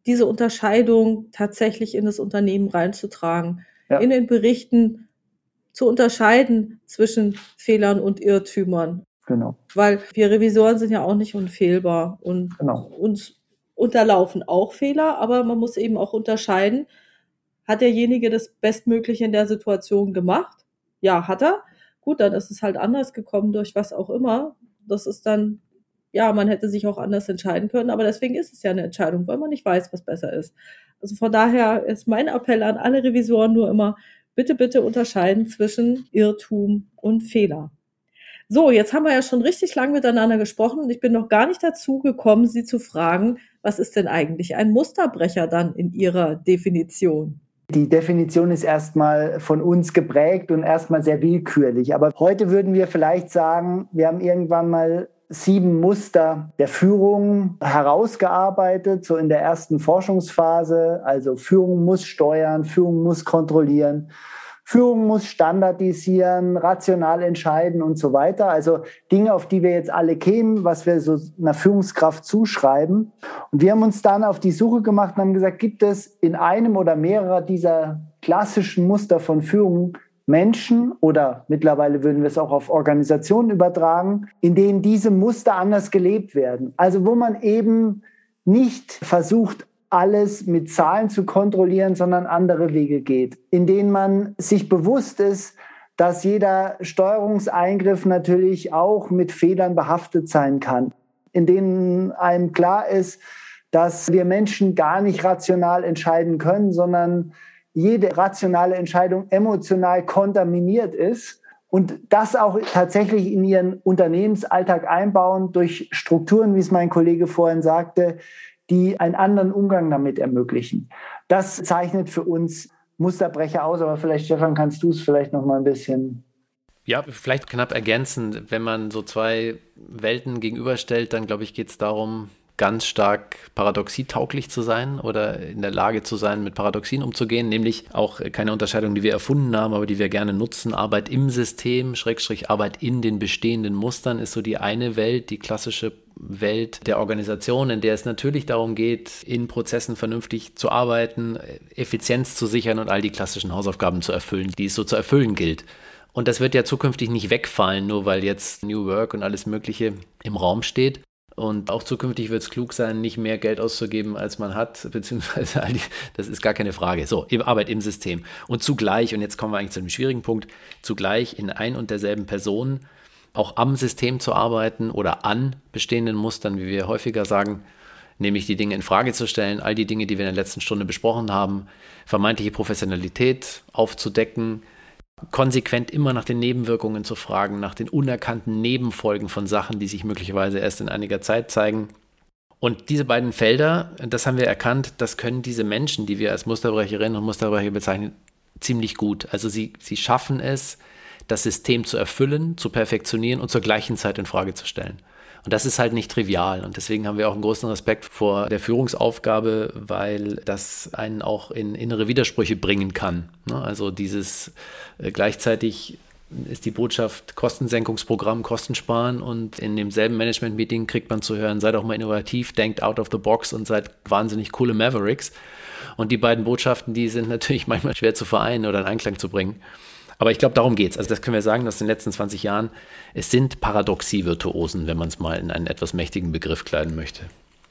diese Unterscheidung tatsächlich in das Unternehmen reinzutragen, in den Berichten zu unterscheiden zwischen Fehlern und Irrtümern. Genau. Weil wir Revisoren sind ja auch nicht unfehlbar und uns unterlaufen auch Fehler, aber man muss eben auch unterscheiden, hat derjenige das Bestmögliche in der Situation gemacht? Ja, hat er. Gut, dann ist es halt anders gekommen durch was auch immer. Das ist dann, ja, man hätte sich auch anders entscheiden können, aber deswegen ist es ja eine Entscheidung, weil man nicht weiß, was besser ist. Also von daher ist mein Appell an alle Revisoren nur immer, bitte, bitte unterscheiden zwischen Irrtum und Fehler. So, jetzt haben wir ja schon richtig lang miteinander gesprochen und ich bin noch gar nicht dazu gekommen, Sie zu fragen, was ist denn eigentlich ein Musterbrecher dann in Ihrer Definition? Die Definition ist erstmal von uns geprägt und erstmal sehr willkürlich. Aber heute würden wir vielleicht sagen, wir haben irgendwann mal 7 Muster der Führung herausgearbeitet, so in der ersten Forschungsphase. Also Führung muss steuern, Führung muss kontrollieren, Führung muss standardisieren, rational entscheiden und so weiter. Also Dinge, auf die wir jetzt alle kämen, was wir so einer Führungskraft zuschreiben. Und wir haben uns dann auf die Suche gemacht und haben gesagt, gibt es in einem oder mehrerer dieser klassischen Muster von Führung Menschen oder mittlerweile würden wir es auch auf Organisationen übertragen, in denen diese Muster anders gelebt werden. Also wo man eben nicht versucht, alles mit Zahlen zu kontrollieren, sondern andere Wege geht, in denen man sich bewusst ist, dass jeder Steuerungseingriff natürlich auch mit Fehlern behaftet sein kann, in denen einem klar ist, dass wir Menschen gar nicht rational entscheiden können, sondern jede rationale Entscheidung emotional kontaminiert ist und das auch tatsächlich in ihren Unternehmensalltag einbauen durch Strukturen, wie es mein Kollege vorhin sagte, die einen anderen Umgang damit ermöglichen. Das zeichnet für uns Musterbrecher aus, aber vielleicht, Stefan, kannst du es vielleicht noch mal ein bisschen... Ja, vielleicht knapp ergänzend, wenn man so 2 Welten gegenüberstellt, dann glaube ich, geht es darum, ganz stark paradoxietauglich zu sein oder in der Lage zu sein, mit Paradoxien umzugehen, nämlich auch keine Unterscheidung, die wir erfunden haben, aber die wir gerne nutzen. Arbeit im System, / Arbeit in den bestehenden Mustern ist so die eine Welt, die klassische Welt der Organisation, in der es natürlich darum geht, in Prozessen vernünftig zu arbeiten, Effizienz zu sichern und all die klassischen Hausaufgaben zu erfüllen, die es so zu erfüllen gilt. Und das wird ja zukünftig nicht wegfallen, nur weil jetzt New Work und alles Mögliche im Raum steht. Und auch zukünftig wird es klug sein, nicht mehr Geld auszugeben, als man hat, beziehungsweise das ist gar keine Frage. So, Arbeit im System. Und zugleich, und jetzt kommen wir eigentlich zu dem schwierigen Punkt, zugleich in ein und derselben Person auch am System zu arbeiten oder an bestehenden Mustern, wie wir häufiger sagen, nämlich die Dinge in Frage zu stellen, all die Dinge, die wir in der letzten Stunde besprochen haben, vermeintliche Professionalität aufzudecken, konsequent immer nach den Nebenwirkungen zu fragen, nach den unerkannten Nebenfolgen von Sachen, die sich möglicherweise erst in einiger Zeit zeigen. Und diese beiden Felder, das haben wir erkannt, das können diese Menschen, die wir als Musterbrecherinnen und Musterbrecher bezeichnen, ziemlich gut. Also sie schaffen es, das System zu erfüllen, zu perfektionieren und zur gleichen Zeit in Frage zu stellen. Und das ist halt nicht trivial. Und deswegen haben wir auch einen großen Respekt vor der Führungsaufgabe, weil das einen auch in innere Widersprüche bringen kann. Also dieses gleichzeitig ist die Botschaft Kostensenkungsprogramm, Kosten sparen und in demselben Management-Meeting kriegt man zu hören, seid auch mal innovativ, denkt out of the box und seid wahnsinnig coole Mavericks. Und die beiden Botschaften, die sind natürlich manchmal schwer zu vereinen oder in Einklang zu bringen. Aber ich glaube, darum geht's. Also das können wir sagen, dass in den letzten 20 Jahren, es sind Paradoxie-Virtuosen, wenn man es mal in einen etwas mächtigen Begriff kleiden möchte.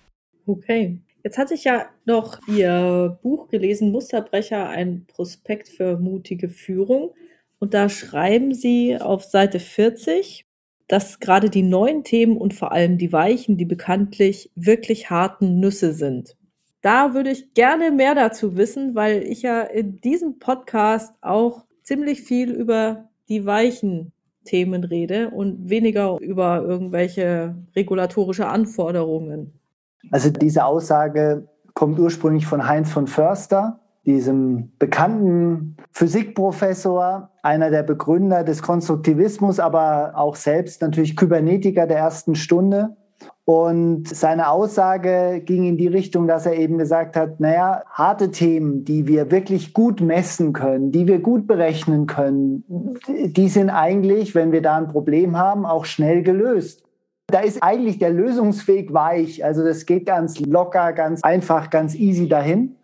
Okay. Jetzt hatte ich ja noch Ihr Buch gelesen, Musterbrecher, ein Prospekt für mutige Führung. Und da schreiben Sie auf Seite 40, dass gerade die neuen Themen und vor allem die weichen, die bekanntlich wirklich harten Nüsse sind. Da würde ich gerne mehr dazu wissen, weil ich ja in diesem Podcast auch ziemlich viel über die weichen Themen rede und weniger über irgendwelche regulatorische Anforderungen. Also diese Aussage kommt ursprünglich von Heinz von Förster, diesem bekannten Physikprofessor, einer der Begründer des Konstruktivismus, aber auch selbst natürlich Kybernetiker der ersten Stunde. Und seine Aussage ging in die Richtung, dass er eben gesagt hat, naja, harte Themen, die wir wirklich gut messen können, die wir gut berechnen können, die sind eigentlich, wenn wir da ein Problem haben, auch schnell gelöst. Da ist eigentlich der Lösungsweg weich. Also das geht ganz locker, ganz einfach, ganz easy dahin.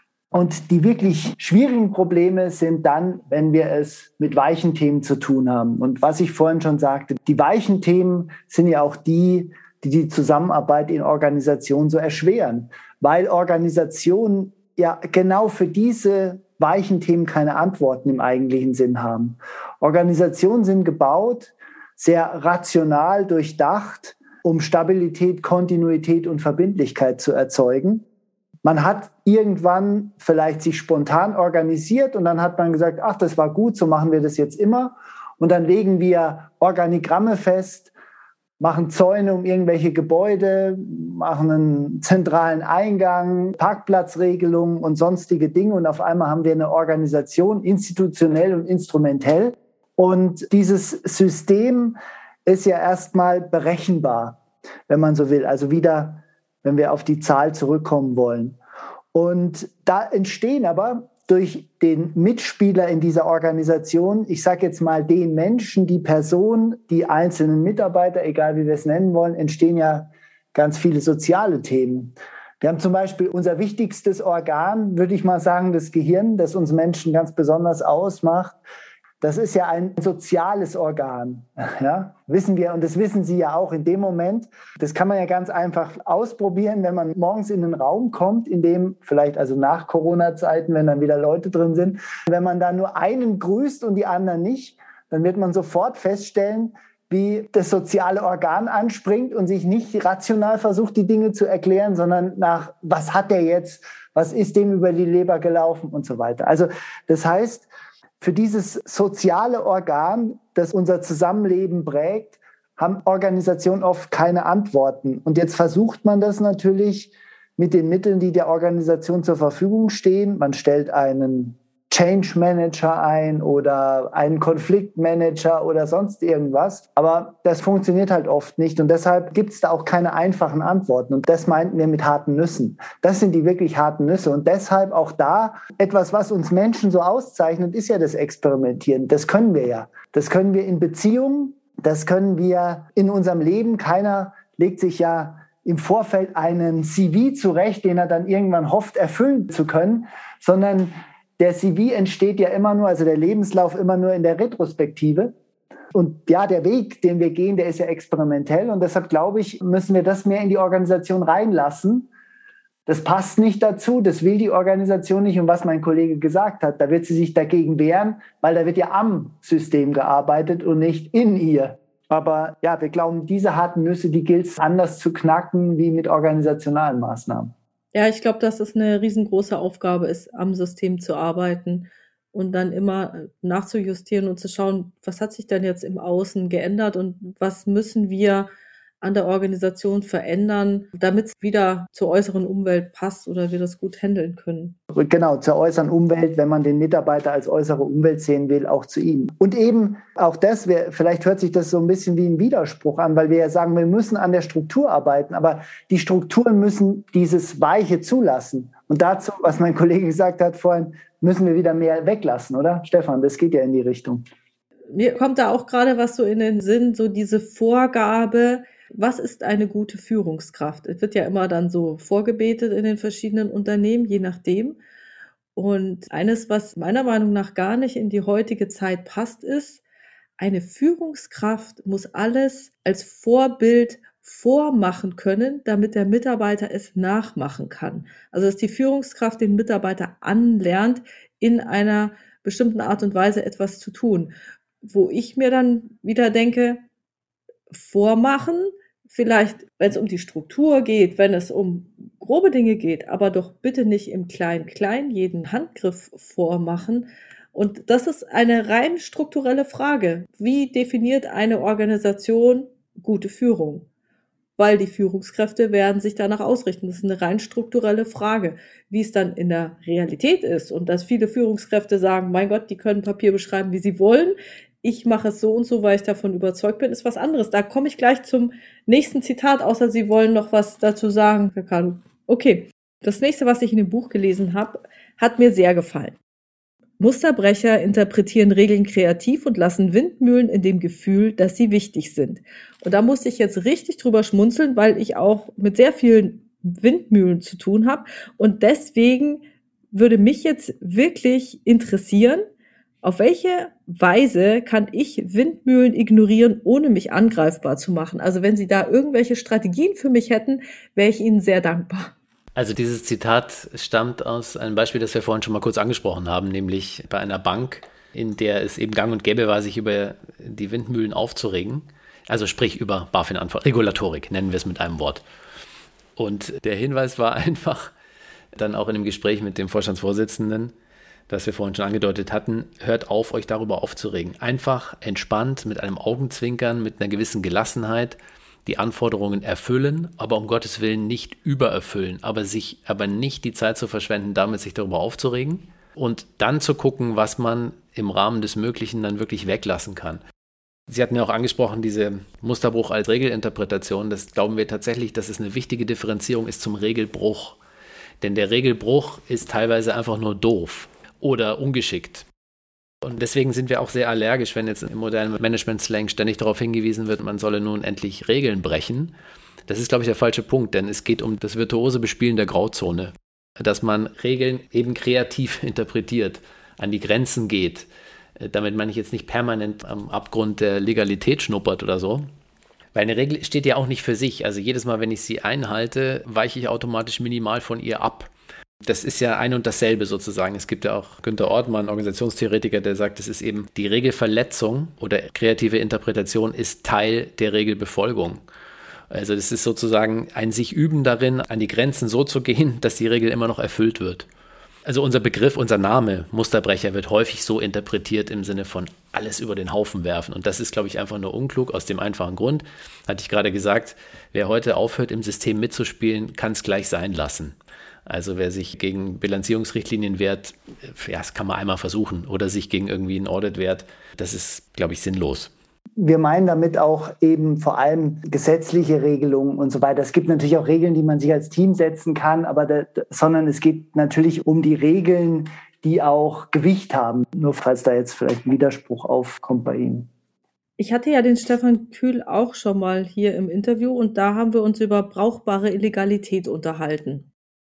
Und die wirklich schwierigen Probleme sind dann, wenn wir es mit weichen Themen zu tun haben. Und was ich vorhin schon sagte, die weichen Themen sind ja auch die Zusammenarbeit in Organisationen so erschweren, weil Organisationen ja genau für diese weichen Themen keine Antworten im eigentlichen Sinn haben. Organisationen sind gebaut, sehr rational durchdacht, um Stabilität, Kontinuität und Verbindlichkeit zu erzeugen. Man hat irgendwann vielleicht sich spontan organisiert und dann hat man gesagt, ach, das war gut, so machen wir das jetzt immer. Und dann legen wir Organigramme fest, machen Zäune um irgendwelche Gebäude, machen einen zentralen Eingang, Parkplatzregelungen und sonstige Dinge. Und auf einmal haben wir eine Organisation, institutionell und instrumentell. Und dieses System ist ja erstmal berechenbar, wenn man so will. Also wieder, wenn wir auf die Zahl zurückkommen wollen. Und da entstehen aber durch den Mitspieler in dieser Organisation, ich sage jetzt mal den Menschen, die Person, die einzelnen Mitarbeiter, egal wie wir es nennen wollen, entstehen ja ganz viele soziale Themen. Wir haben zum Beispiel unser wichtigstes Organ, würde ich mal sagen, das Gehirn, das uns Menschen ganz besonders ausmacht. Das ist ja ein soziales Organ, ja, wissen wir, und das wissen Sie ja auch in dem Moment. Das kann man ja ganz einfach ausprobieren, wenn man morgens in den Raum kommt, in dem vielleicht, also nach Corona-Zeiten, wenn dann wieder Leute drin sind, wenn man da nur einen grüßt und die anderen nicht, dann wird man sofort feststellen, wie das soziale Organ anspringt und sich nicht rational versucht, die Dinge zu erklären, sondern nach, was hat der jetzt, was ist dem über die Leber gelaufen und so weiter. Also das heißt, für dieses soziale Organ, das unser Zusammenleben prägt, haben Organisationen oft keine Antworten. Und jetzt versucht man das natürlich mit den Mitteln, die der Organisation zur Verfügung stehen. Man stellt einen Change Manager ein oder einen Konfliktmanager oder sonst irgendwas. Aber das funktioniert halt oft nicht. Und deshalb gibt es da auch keine einfachen Antworten. Und das meinten wir mit harten Nüssen. Das sind die wirklich harten Nüsse. Und deshalb auch da etwas, was uns Menschen so auszeichnet, ist ja das Experimentieren. Das können wir ja. Das können wir in Beziehungen. Das können wir in unserem Leben. Keiner legt sich ja im Vorfeld einen CV zurecht, den er dann irgendwann hofft, erfüllen zu können, sondern der CV entsteht ja immer nur, also der Lebenslauf immer nur in der Retrospektive. Und ja, der Weg, den wir gehen, der ist ja experimentell. Und deshalb, glaube ich, müssen wir das mehr in die Organisation reinlassen. Das passt nicht dazu, das will die Organisation nicht. Und was mein Kollege gesagt hat, da wird sie sich dagegen wehren, weil da wird ja am System gearbeitet und nicht in ihr. Aber ja, wir glauben, diese harten Nüsse, die gilt es anders zu knacken wie mit organisationalen Maßnahmen. Ja, ich glaube, dass es eine riesengroße Aufgabe ist, am System zu arbeiten und dann immer nachzujustieren und zu schauen, was hat sich denn jetzt im Außen geändert und was müssen wir an der Organisation verändern, damit es wieder zur äußeren Umwelt passt oder wir das gut handeln können. Genau, zur äußeren Umwelt, wenn man den Mitarbeiter als äußere Umwelt sehen will, auch zu ihm. Und eben auch das, vielleicht hört sich das so ein bisschen wie ein Widerspruch an, weil wir ja sagen, wir müssen an der Struktur arbeiten, aber die Strukturen müssen dieses Weiche zulassen. Und dazu, was mein Kollege gesagt hat vorhin, müssen wir wieder mehr weglassen, oder? Stefan, das geht ja in die Richtung. Mir kommt da auch gerade was so in den Sinn, so diese Vorgabe, was ist eine gute Führungskraft? Es wird ja immer dann so vorgebetet in den verschiedenen Unternehmen, je nachdem. Und eines, was meiner Meinung nach gar nicht in die heutige Zeit passt, ist, eine Führungskraft muss alles als Vorbild vormachen können, damit der Mitarbeiter es nachmachen kann. Also dass die Führungskraft den Mitarbeiter anlernt, in einer bestimmten Art und Weise etwas zu tun. Wo ich mir dann wieder denke, vormachen, vielleicht, wenn es um die Struktur geht, wenn es um grobe Dinge geht, aber doch bitte nicht im Klein-Klein jeden Handgriff vormachen. Und das ist eine rein strukturelle Frage. Wie definiert eine Organisation gute Führung? Weil die Führungskräfte werden sich danach ausrichten. Das ist eine rein strukturelle Frage. Wie es dann in der Realität ist und dass viele Führungskräfte sagen, mein Gott, die können Papier beschreiben, wie sie wollen. Ich mache es so und so, weil ich davon überzeugt bin, ist was anderes. Da komme ich gleich zum nächsten Zitat, außer Sie wollen noch was dazu sagen, Herr Kadu. Okay, das nächste, was ich in dem Buch gelesen habe, hat mir sehr gefallen. Musterbrecher interpretieren Regeln kreativ und lassen Windmühlen in dem Gefühl, dass sie wichtig sind. Und da musste ich jetzt richtig drüber schmunzeln, weil ich auch mit sehr vielen Windmühlen zu tun habe. Und deswegen würde mich jetzt wirklich interessieren, auf welche Weise kann ich Windmühlen ignorieren, ohne mich angreifbar zu machen? Also wenn Sie da irgendwelche Strategien für mich hätten, wäre ich Ihnen sehr dankbar. Also dieses Zitat stammt aus einem Beispiel, das wir vorhin schon mal kurz angesprochen haben, nämlich bei einer Bank, in der es eben gang und gäbe war, sich über die Windmühlen aufzuregen. Also sprich über BaFin-Anforderungen, Regulatorik, nennen wir es mit einem Wort. Und der Hinweis war einfach, dann auch in dem Gespräch mit dem Vorstandsvorsitzenden, das wir vorhin schon angedeutet hatten, hört auf, euch darüber aufzuregen. Einfach entspannt, mit einem Augenzwinkern, mit einer gewissen Gelassenheit die Anforderungen erfüllen, aber um Gottes Willen nicht übererfüllen, aber nicht die Zeit zu verschwenden, damit sich darüber aufzuregen und dann zu gucken, was man im Rahmen des Möglichen dann wirklich weglassen kann. Sie hatten ja auch angesprochen, diese Musterbruch als Regelinterpretation. Das glauben wir tatsächlich, dass es eine wichtige Differenzierung ist zum Regelbruch. Denn der Regelbruch ist teilweise einfach nur doof oder ungeschickt. Und deswegen sind wir auch sehr allergisch, wenn jetzt im modernen Management-Slang ständig darauf hingewiesen wird, man solle nun endlich Regeln brechen. Das ist, glaube ich, der falsche Punkt, denn es geht um das virtuose Bespielen der Grauzone. Dass man Regeln eben kreativ interpretiert, an die Grenzen geht. Damit meine ich jetzt nicht permanent am Abgrund der Legalität schnuppert oder so. Weil eine Regel steht ja auch nicht für sich. Also jedes Mal, wenn ich sie einhalte, weiche ich automatisch minimal von ihr ab. Das ist ja ein und dasselbe sozusagen. Es gibt ja auch Günther Ortmann, Organisationstheoretiker, der sagt, es ist eben die Regelverletzung oder kreative Interpretation ist Teil der Regelbefolgung. Also das ist sozusagen ein sich üben darin, an die Grenzen so zu gehen, dass die Regel immer noch erfüllt wird. Also unser Begriff, unser Name Musterbrecher wird häufig so interpretiert im Sinne von alles über den Haufen werfen. Und das ist, glaube ich, einfach nur unklug aus dem einfachen Grund. Hatte ich gerade gesagt, wer heute aufhört, im System mitzuspielen, kann es gleich sein lassen. Also wer sich gegen Bilanzierungsrichtlinien wehrt, ja, das kann man einmal versuchen. Oder sich gegen irgendwie einen Audit wehrt, das ist, glaube ich, sinnlos. Wir meinen damit auch eben vor allem gesetzliche Regelungen und so weiter. Es gibt natürlich auch Regeln, die man sich als Team setzen kann, sondern es geht natürlich um die Regeln, die auch Gewicht haben. Nur falls da jetzt vielleicht ein Widerspruch aufkommt bei Ihnen. Ich hatte ja den Stefan Kühl auch schon mal hier im Interview und da haben wir uns über brauchbare Illegalität unterhalten.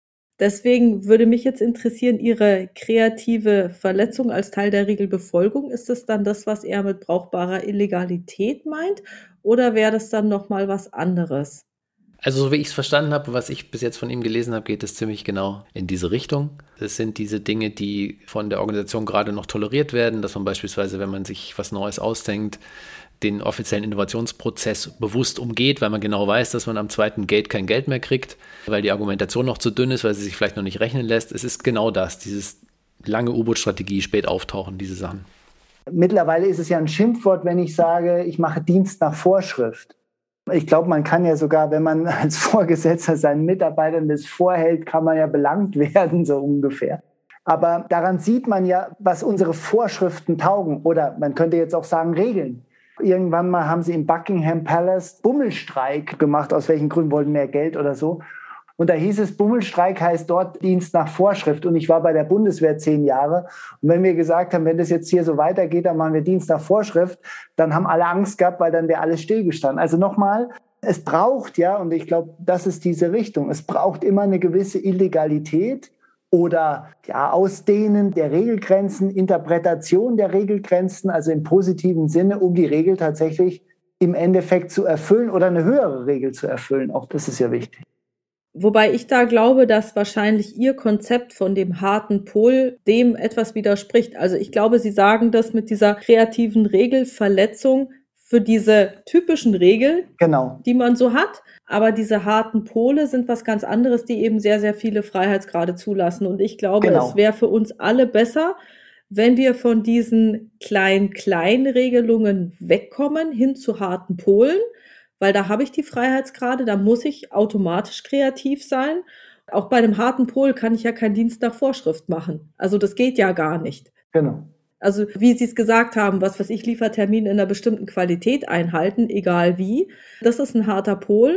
Deswegen würde mich jetzt interessieren, Ihre kreative Verletzung als Teil der Regelbefolgung, ist es dann das, was er mit brauchbarer Illegalität meint, oder wäre das dann nochmal was anderes? Also so wie ich es verstanden habe, was ich bis jetzt von ihm gelesen habe, geht es ziemlich genau in diese Richtung. Es sind diese Dinge, die von der Organisation gerade noch toleriert werden, dass man beispielsweise, wenn man sich was Neues ausdenkt, den offiziellen Innovationsprozess bewusst umgeht, weil man genau weiß, dass man am zweiten Gate kein Geld mehr kriegt, weil die Argumentation noch zu dünn ist, weil sie sich vielleicht noch nicht rechnen lässt. Es ist genau das, dieses lange U-Boot-Strategie, spät auftauchen, diese Sachen. Mittlerweile ist es ja ein Schimpfwort, wenn ich sage, ich mache Dienst nach Vorschrift. Ich glaube, man kann ja sogar, wenn man als Vorgesetzter seinen Mitarbeitern das vorhält, kann man ja belangt werden, so ungefähr. Aber daran sieht man ja, was unsere Vorschriften taugen. Oder man könnte jetzt auch sagen, Regeln. Irgendwann mal haben sie im Buckingham Palace Bummelstreik gemacht, aus welchen Gründen, wollten mehr Geld oder so. Und da hieß es, Bummelstreik heißt dort Dienst nach Vorschrift. Und ich war bei der Bundeswehr 10 Jahre. Und wenn wir gesagt haben, wenn das jetzt hier so weitergeht, dann machen wir Dienst nach Vorschrift, dann haben alle Angst gehabt, weil dann wäre alles stillgestanden. Also nochmal, es braucht ja, und ich glaube, das ist diese Richtung, es braucht immer eine gewisse Illegalität oder ja, Ausdehnen der Regelgrenzen, Interpretation der Regelgrenzen, also im positiven Sinne, um die Regel tatsächlich im Endeffekt zu erfüllen oder eine höhere Regel zu erfüllen. Auch das ist ja wichtig. Wobei ich da glaube, dass wahrscheinlich Ihr Konzept von dem harten Pol dem etwas widerspricht. Also ich glaube, Sie sagen das mit dieser kreativen Regelverletzung für diese typischen Regeln, genau, die man so hat. Aber diese harten Pole sind was ganz anderes, die eben sehr, sehr viele Freiheitsgrade zulassen. Und ich glaube, es wäre für uns alle besser, wenn wir von diesen kleinen Regelungen wegkommen hin zu harten Polen, weil da habe ich die Freiheitsgrade, da muss ich automatisch kreativ sein. Auch bei einem harten Pol kann ich ja keinen Dienst nach Vorschrift machen. Also das geht ja gar nicht. Genau. Also wie Sie es gesagt haben, was weiß ich, Liefertermin in einer bestimmten Qualität einhalten, egal wie. Das ist ein harter Pol.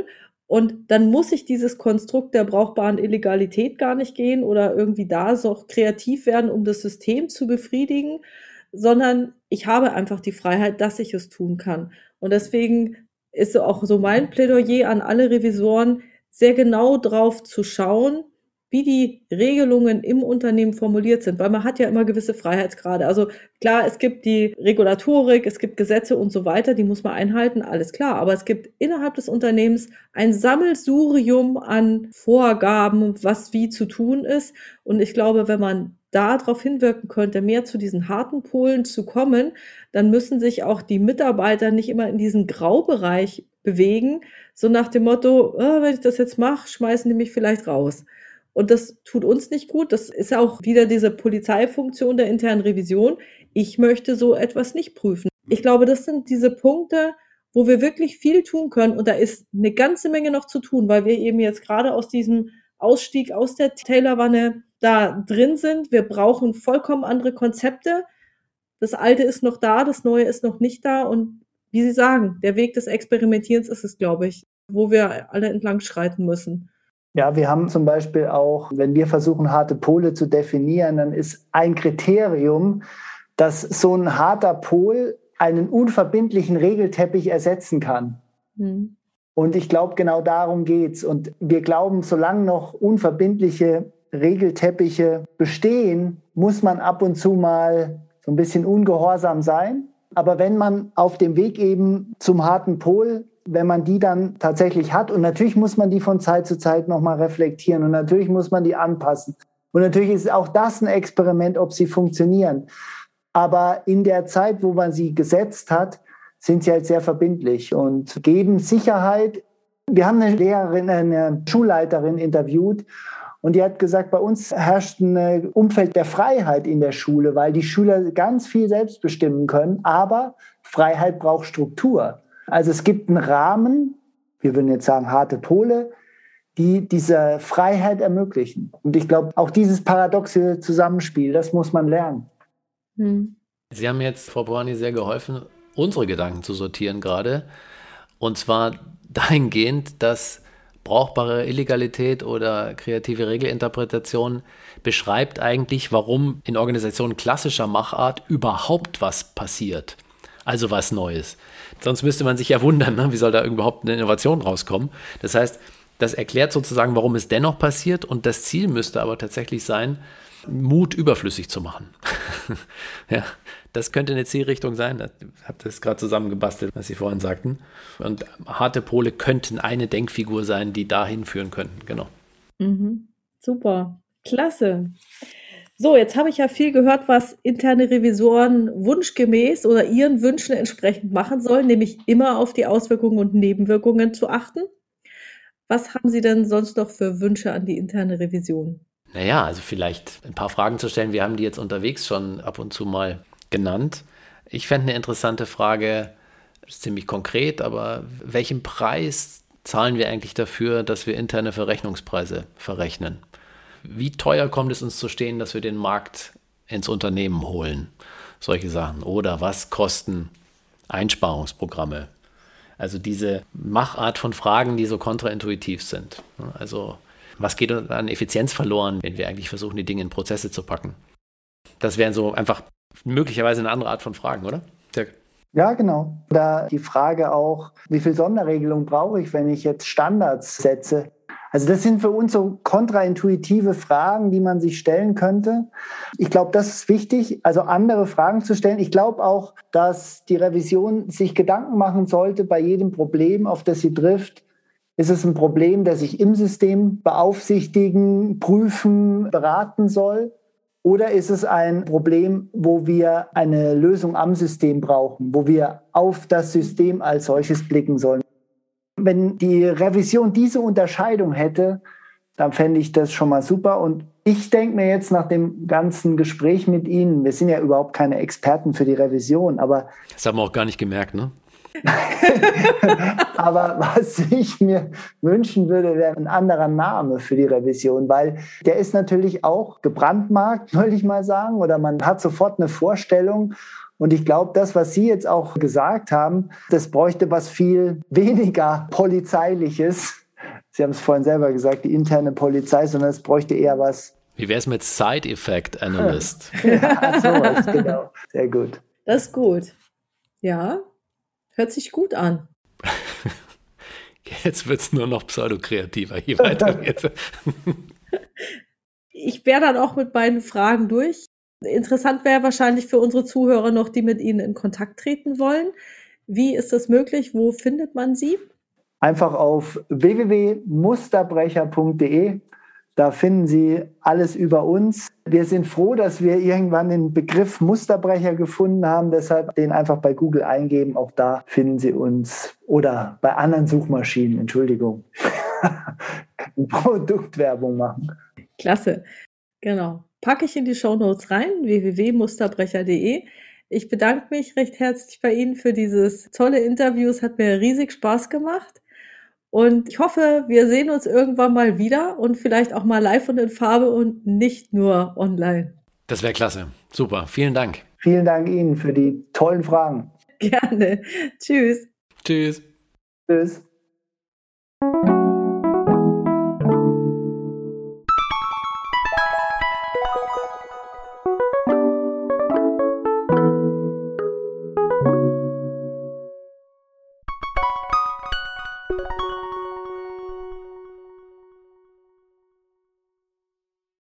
Und dann muss ich dieses Konstrukt der brauchbaren Illegalität gar nicht gehen oder irgendwie da so kreativ werden, um das System zu befriedigen, sondern ich habe einfach die Freiheit, dass ich es tun kann. Und deswegen ist auch so mein Plädoyer an alle Revisoren, sehr genau drauf zu schauen, wie die Regelungen im Unternehmen formuliert sind, weil man hat ja immer gewisse Freiheitsgrade. Also klar, es gibt die Regulatorik, es gibt Gesetze und so weiter, die muss man einhalten, alles klar. Aber es gibt innerhalb des Unternehmens ein Sammelsurium an Vorgaben, was wie zu tun ist. Und ich glaube, wenn man darauf hinwirken könnte, mehr zu diesen harten Polen zu kommen, dann müssen sich auch die Mitarbeiter nicht immer in diesen Graubereich bewegen, so nach dem Motto, wenn ich das jetzt mache, schmeißen die mich vielleicht raus. Und das tut uns nicht gut. Das ist ja auch wieder diese Polizeifunktion der internen Revision. Ich möchte so etwas nicht prüfen. Ich glaube, das sind diese Punkte, wo wir wirklich viel tun können. Und da ist eine ganze Menge noch zu tun, weil wir eben jetzt gerade aus diesem Ausstieg aus der Taylorwanne da drin sind. Wir brauchen vollkommen andere Konzepte. Das Alte ist noch da, das Neue ist noch nicht da. Und wie Sie sagen, der Weg des Experimentierens ist es, glaube ich, wo wir alle entlang schreiten müssen. Ja, wir haben zum Beispiel auch, wenn wir versuchen, harte Pole zu definieren, dann ist ein Kriterium, dass so ein harter Pol einen unverbindlichen Regelteppich ersetzen kann. Mhm. Und ich glaube, genau darum geht's. Und wir glauben, solange noch unverbindliche Regelteppiche bestehen, muss man ab und zu mal so ein bisschen ungehorsam sein. Aber wenn man auf dem Weg eben zum harten Pol, wenn man die dann tatsächlich hat, und natürlich muss man die von Zeit zu Zeit nochmal reflektieren und natürlich muss man die anpassen. Und natürlich ist auch das ein Experiment, ob sie funktionieren. Aber in der Zeit, wo man sie gesetzt hat, sind sie halt sehr verbindlich und geben Sicherheit. Wir haben eine Lehrerin, eine Schulleiterin interviewt und die hat gesagt, bei uns herrscht ein Umfeld der Freiheit in der Schule, weil die Schüler ganz viel selbst bestimmen können, aber Freiheit braucht Struktur. Also es gibt einen Rahmen, wir würden jetzt sagen harte Pole, die diese Freiheit ermöglichen. Und ich glaube, auch dieses paradoxe Zusammenspiel, das muss man lernen. Sie haben jetzt, Frau Pohanyi, sehr geholfen, unsere Gedanken zu sortieren gerade. Und zwar dahingehend, dass brauchbare Illegalität oder kreative Regelinterpretation beschreibt eigentlich, warum in Organisationen klassischer Machart überhaupt was passiert. Also was Neues. Sonst müsste man sich ja wundern, ne? Wie soll da überhaupt eine Innovation rauskommen? Das heißt, das erklärt sozusagen, warum es dennoch passiert. Und das Ziel müsste aber tatsächlich sein, Mut überflüssig zu machen. Ja, das könnte eine Zielrichtung sein. Ich habe das gerade zusammengebastelt, was Sie vorhin sagten. Und harte Pole könnten eine Denkfigur sein, die dahin führen könnten. Genau. Mhm. Super. Klasse. So, jetzt habe ich ja viel gehört, was interne Revisoren wunschgemäß oder ihren Wünschen entsprechend machen sollen, nämlich immer auf die Auswirkungen und Nebenwirkungen zu achten. Was haben Sie denn sonst noch für Wünsche an die interne Revision? Naja, also vielleicht ein paar Fragen zu stellen. Wir haben die jetzt unterwegs schon ab und zu mal genannt. Ich fände eine interessante Frage, ist ziemlich konkret, aber welchen Preis zahlen wir eigentlich dafür, dass wir interne Verrechnungspreise verrechnen? Wie teuer kommt es uns zu stehen, dass wir den Markt ins Unternehmen holen? Solche Sachen. Oder was kosten Einsparungsprogramme? Also diese Machart von Fragen, die so kontraintuitiv sind. Also was geht an Effizienz verloren, wenn wir eigentlich versuchen, die Dinge in Prozesse zu packen? Das wären so einfach möglicherweise eine andere Art von Fragen, oder? Dirk? Ja, genau. Da die Frage auch, wie viel Sonderregelung brauche ich, wenn ich jetzt Standards setze? Also das sind für uns so kontraintuitive Fragen, die man sich stellen könnte. Ich glaube, das ist wichtig, also andere Fragen zu stellen. Ich glaube auch, dass die Revision sich Gedanken machen sollte bei jedem Problem, auf das sie trifft. Ist es ein Problem, das ich im System beaufsichtigen, prüfen, beraten soll? Oder ist es ein Problem, wo wir eine Lösung am System brauchen, wo wir auf das System als solches blicken sollen? Wenn die Revision diese Unterscheidung hätte, dann fände ich das schon mal super. Und ich denke mir jetzt nach dem ganzen Gespräch mit Ihnen, wir sind ja überhaupt keine Experten für die Revision, aber... Das haben wir auch gar nicht gemerkt, ne? Aber was ich mir wünschen würde, wäre ein anderer Name für die Revision, weil der ist natürlich auch gebrandmarkt, wollte ich mal sagen, oder man hat sofort eine Vorstellung. Und ich glaube, das, was Sie jetzt auch gesagt haben, das bräuchte was viel weniger Polizeiliches Sie haben es vorhin selber gesagt, die interne Polizei, sondern es bräuchte eher was. Wie wäre es mit Side Effect Analyst? Ja, sowas, genau. Sehr gut. Das ist gut. Ja, hört sich gut an. Jetzt wird es nur noch pseudokreativer. Je weiter geht's. Ich wäre dann auch mit meinen Fragen durch. Interessant wäre wahrscheinlich für unsere Zuhörer noch, die mit Ihnen in Kontakt treten wollen. Wie ist das möglich? Wo findet man Sie? Einfach auf www.musterbrecher.de. Da finden Sie alles über uns. Wir sind froh, dass wir irgendwann den Begriff Musterbrecher gefunden haben. Deshalb den einfach bei Google eingeben. Auch da finden Sie uns. Oder bei anderen Suchmaschinen, Entschuldigung. Produktwerbung machen. Klasse. Genau. Packe ich in die Shownotes rein, www.musterbrecher.de. Ich bedanke mich recht herzlich bei Ihnen für dieses tolle Interview. Es hat mir riesig Spaß gemacht. Und ich hoffe, wir sehen uns irgendwann mal wieder und vielleicht auch mal live und in Farbe und nicht nur online. Das wäre klasse. Super. Vielen Dank. Vielen Dank Ihnen für die tollen Fragen. Gerne. Tschüss. Tschüss. Tschüss.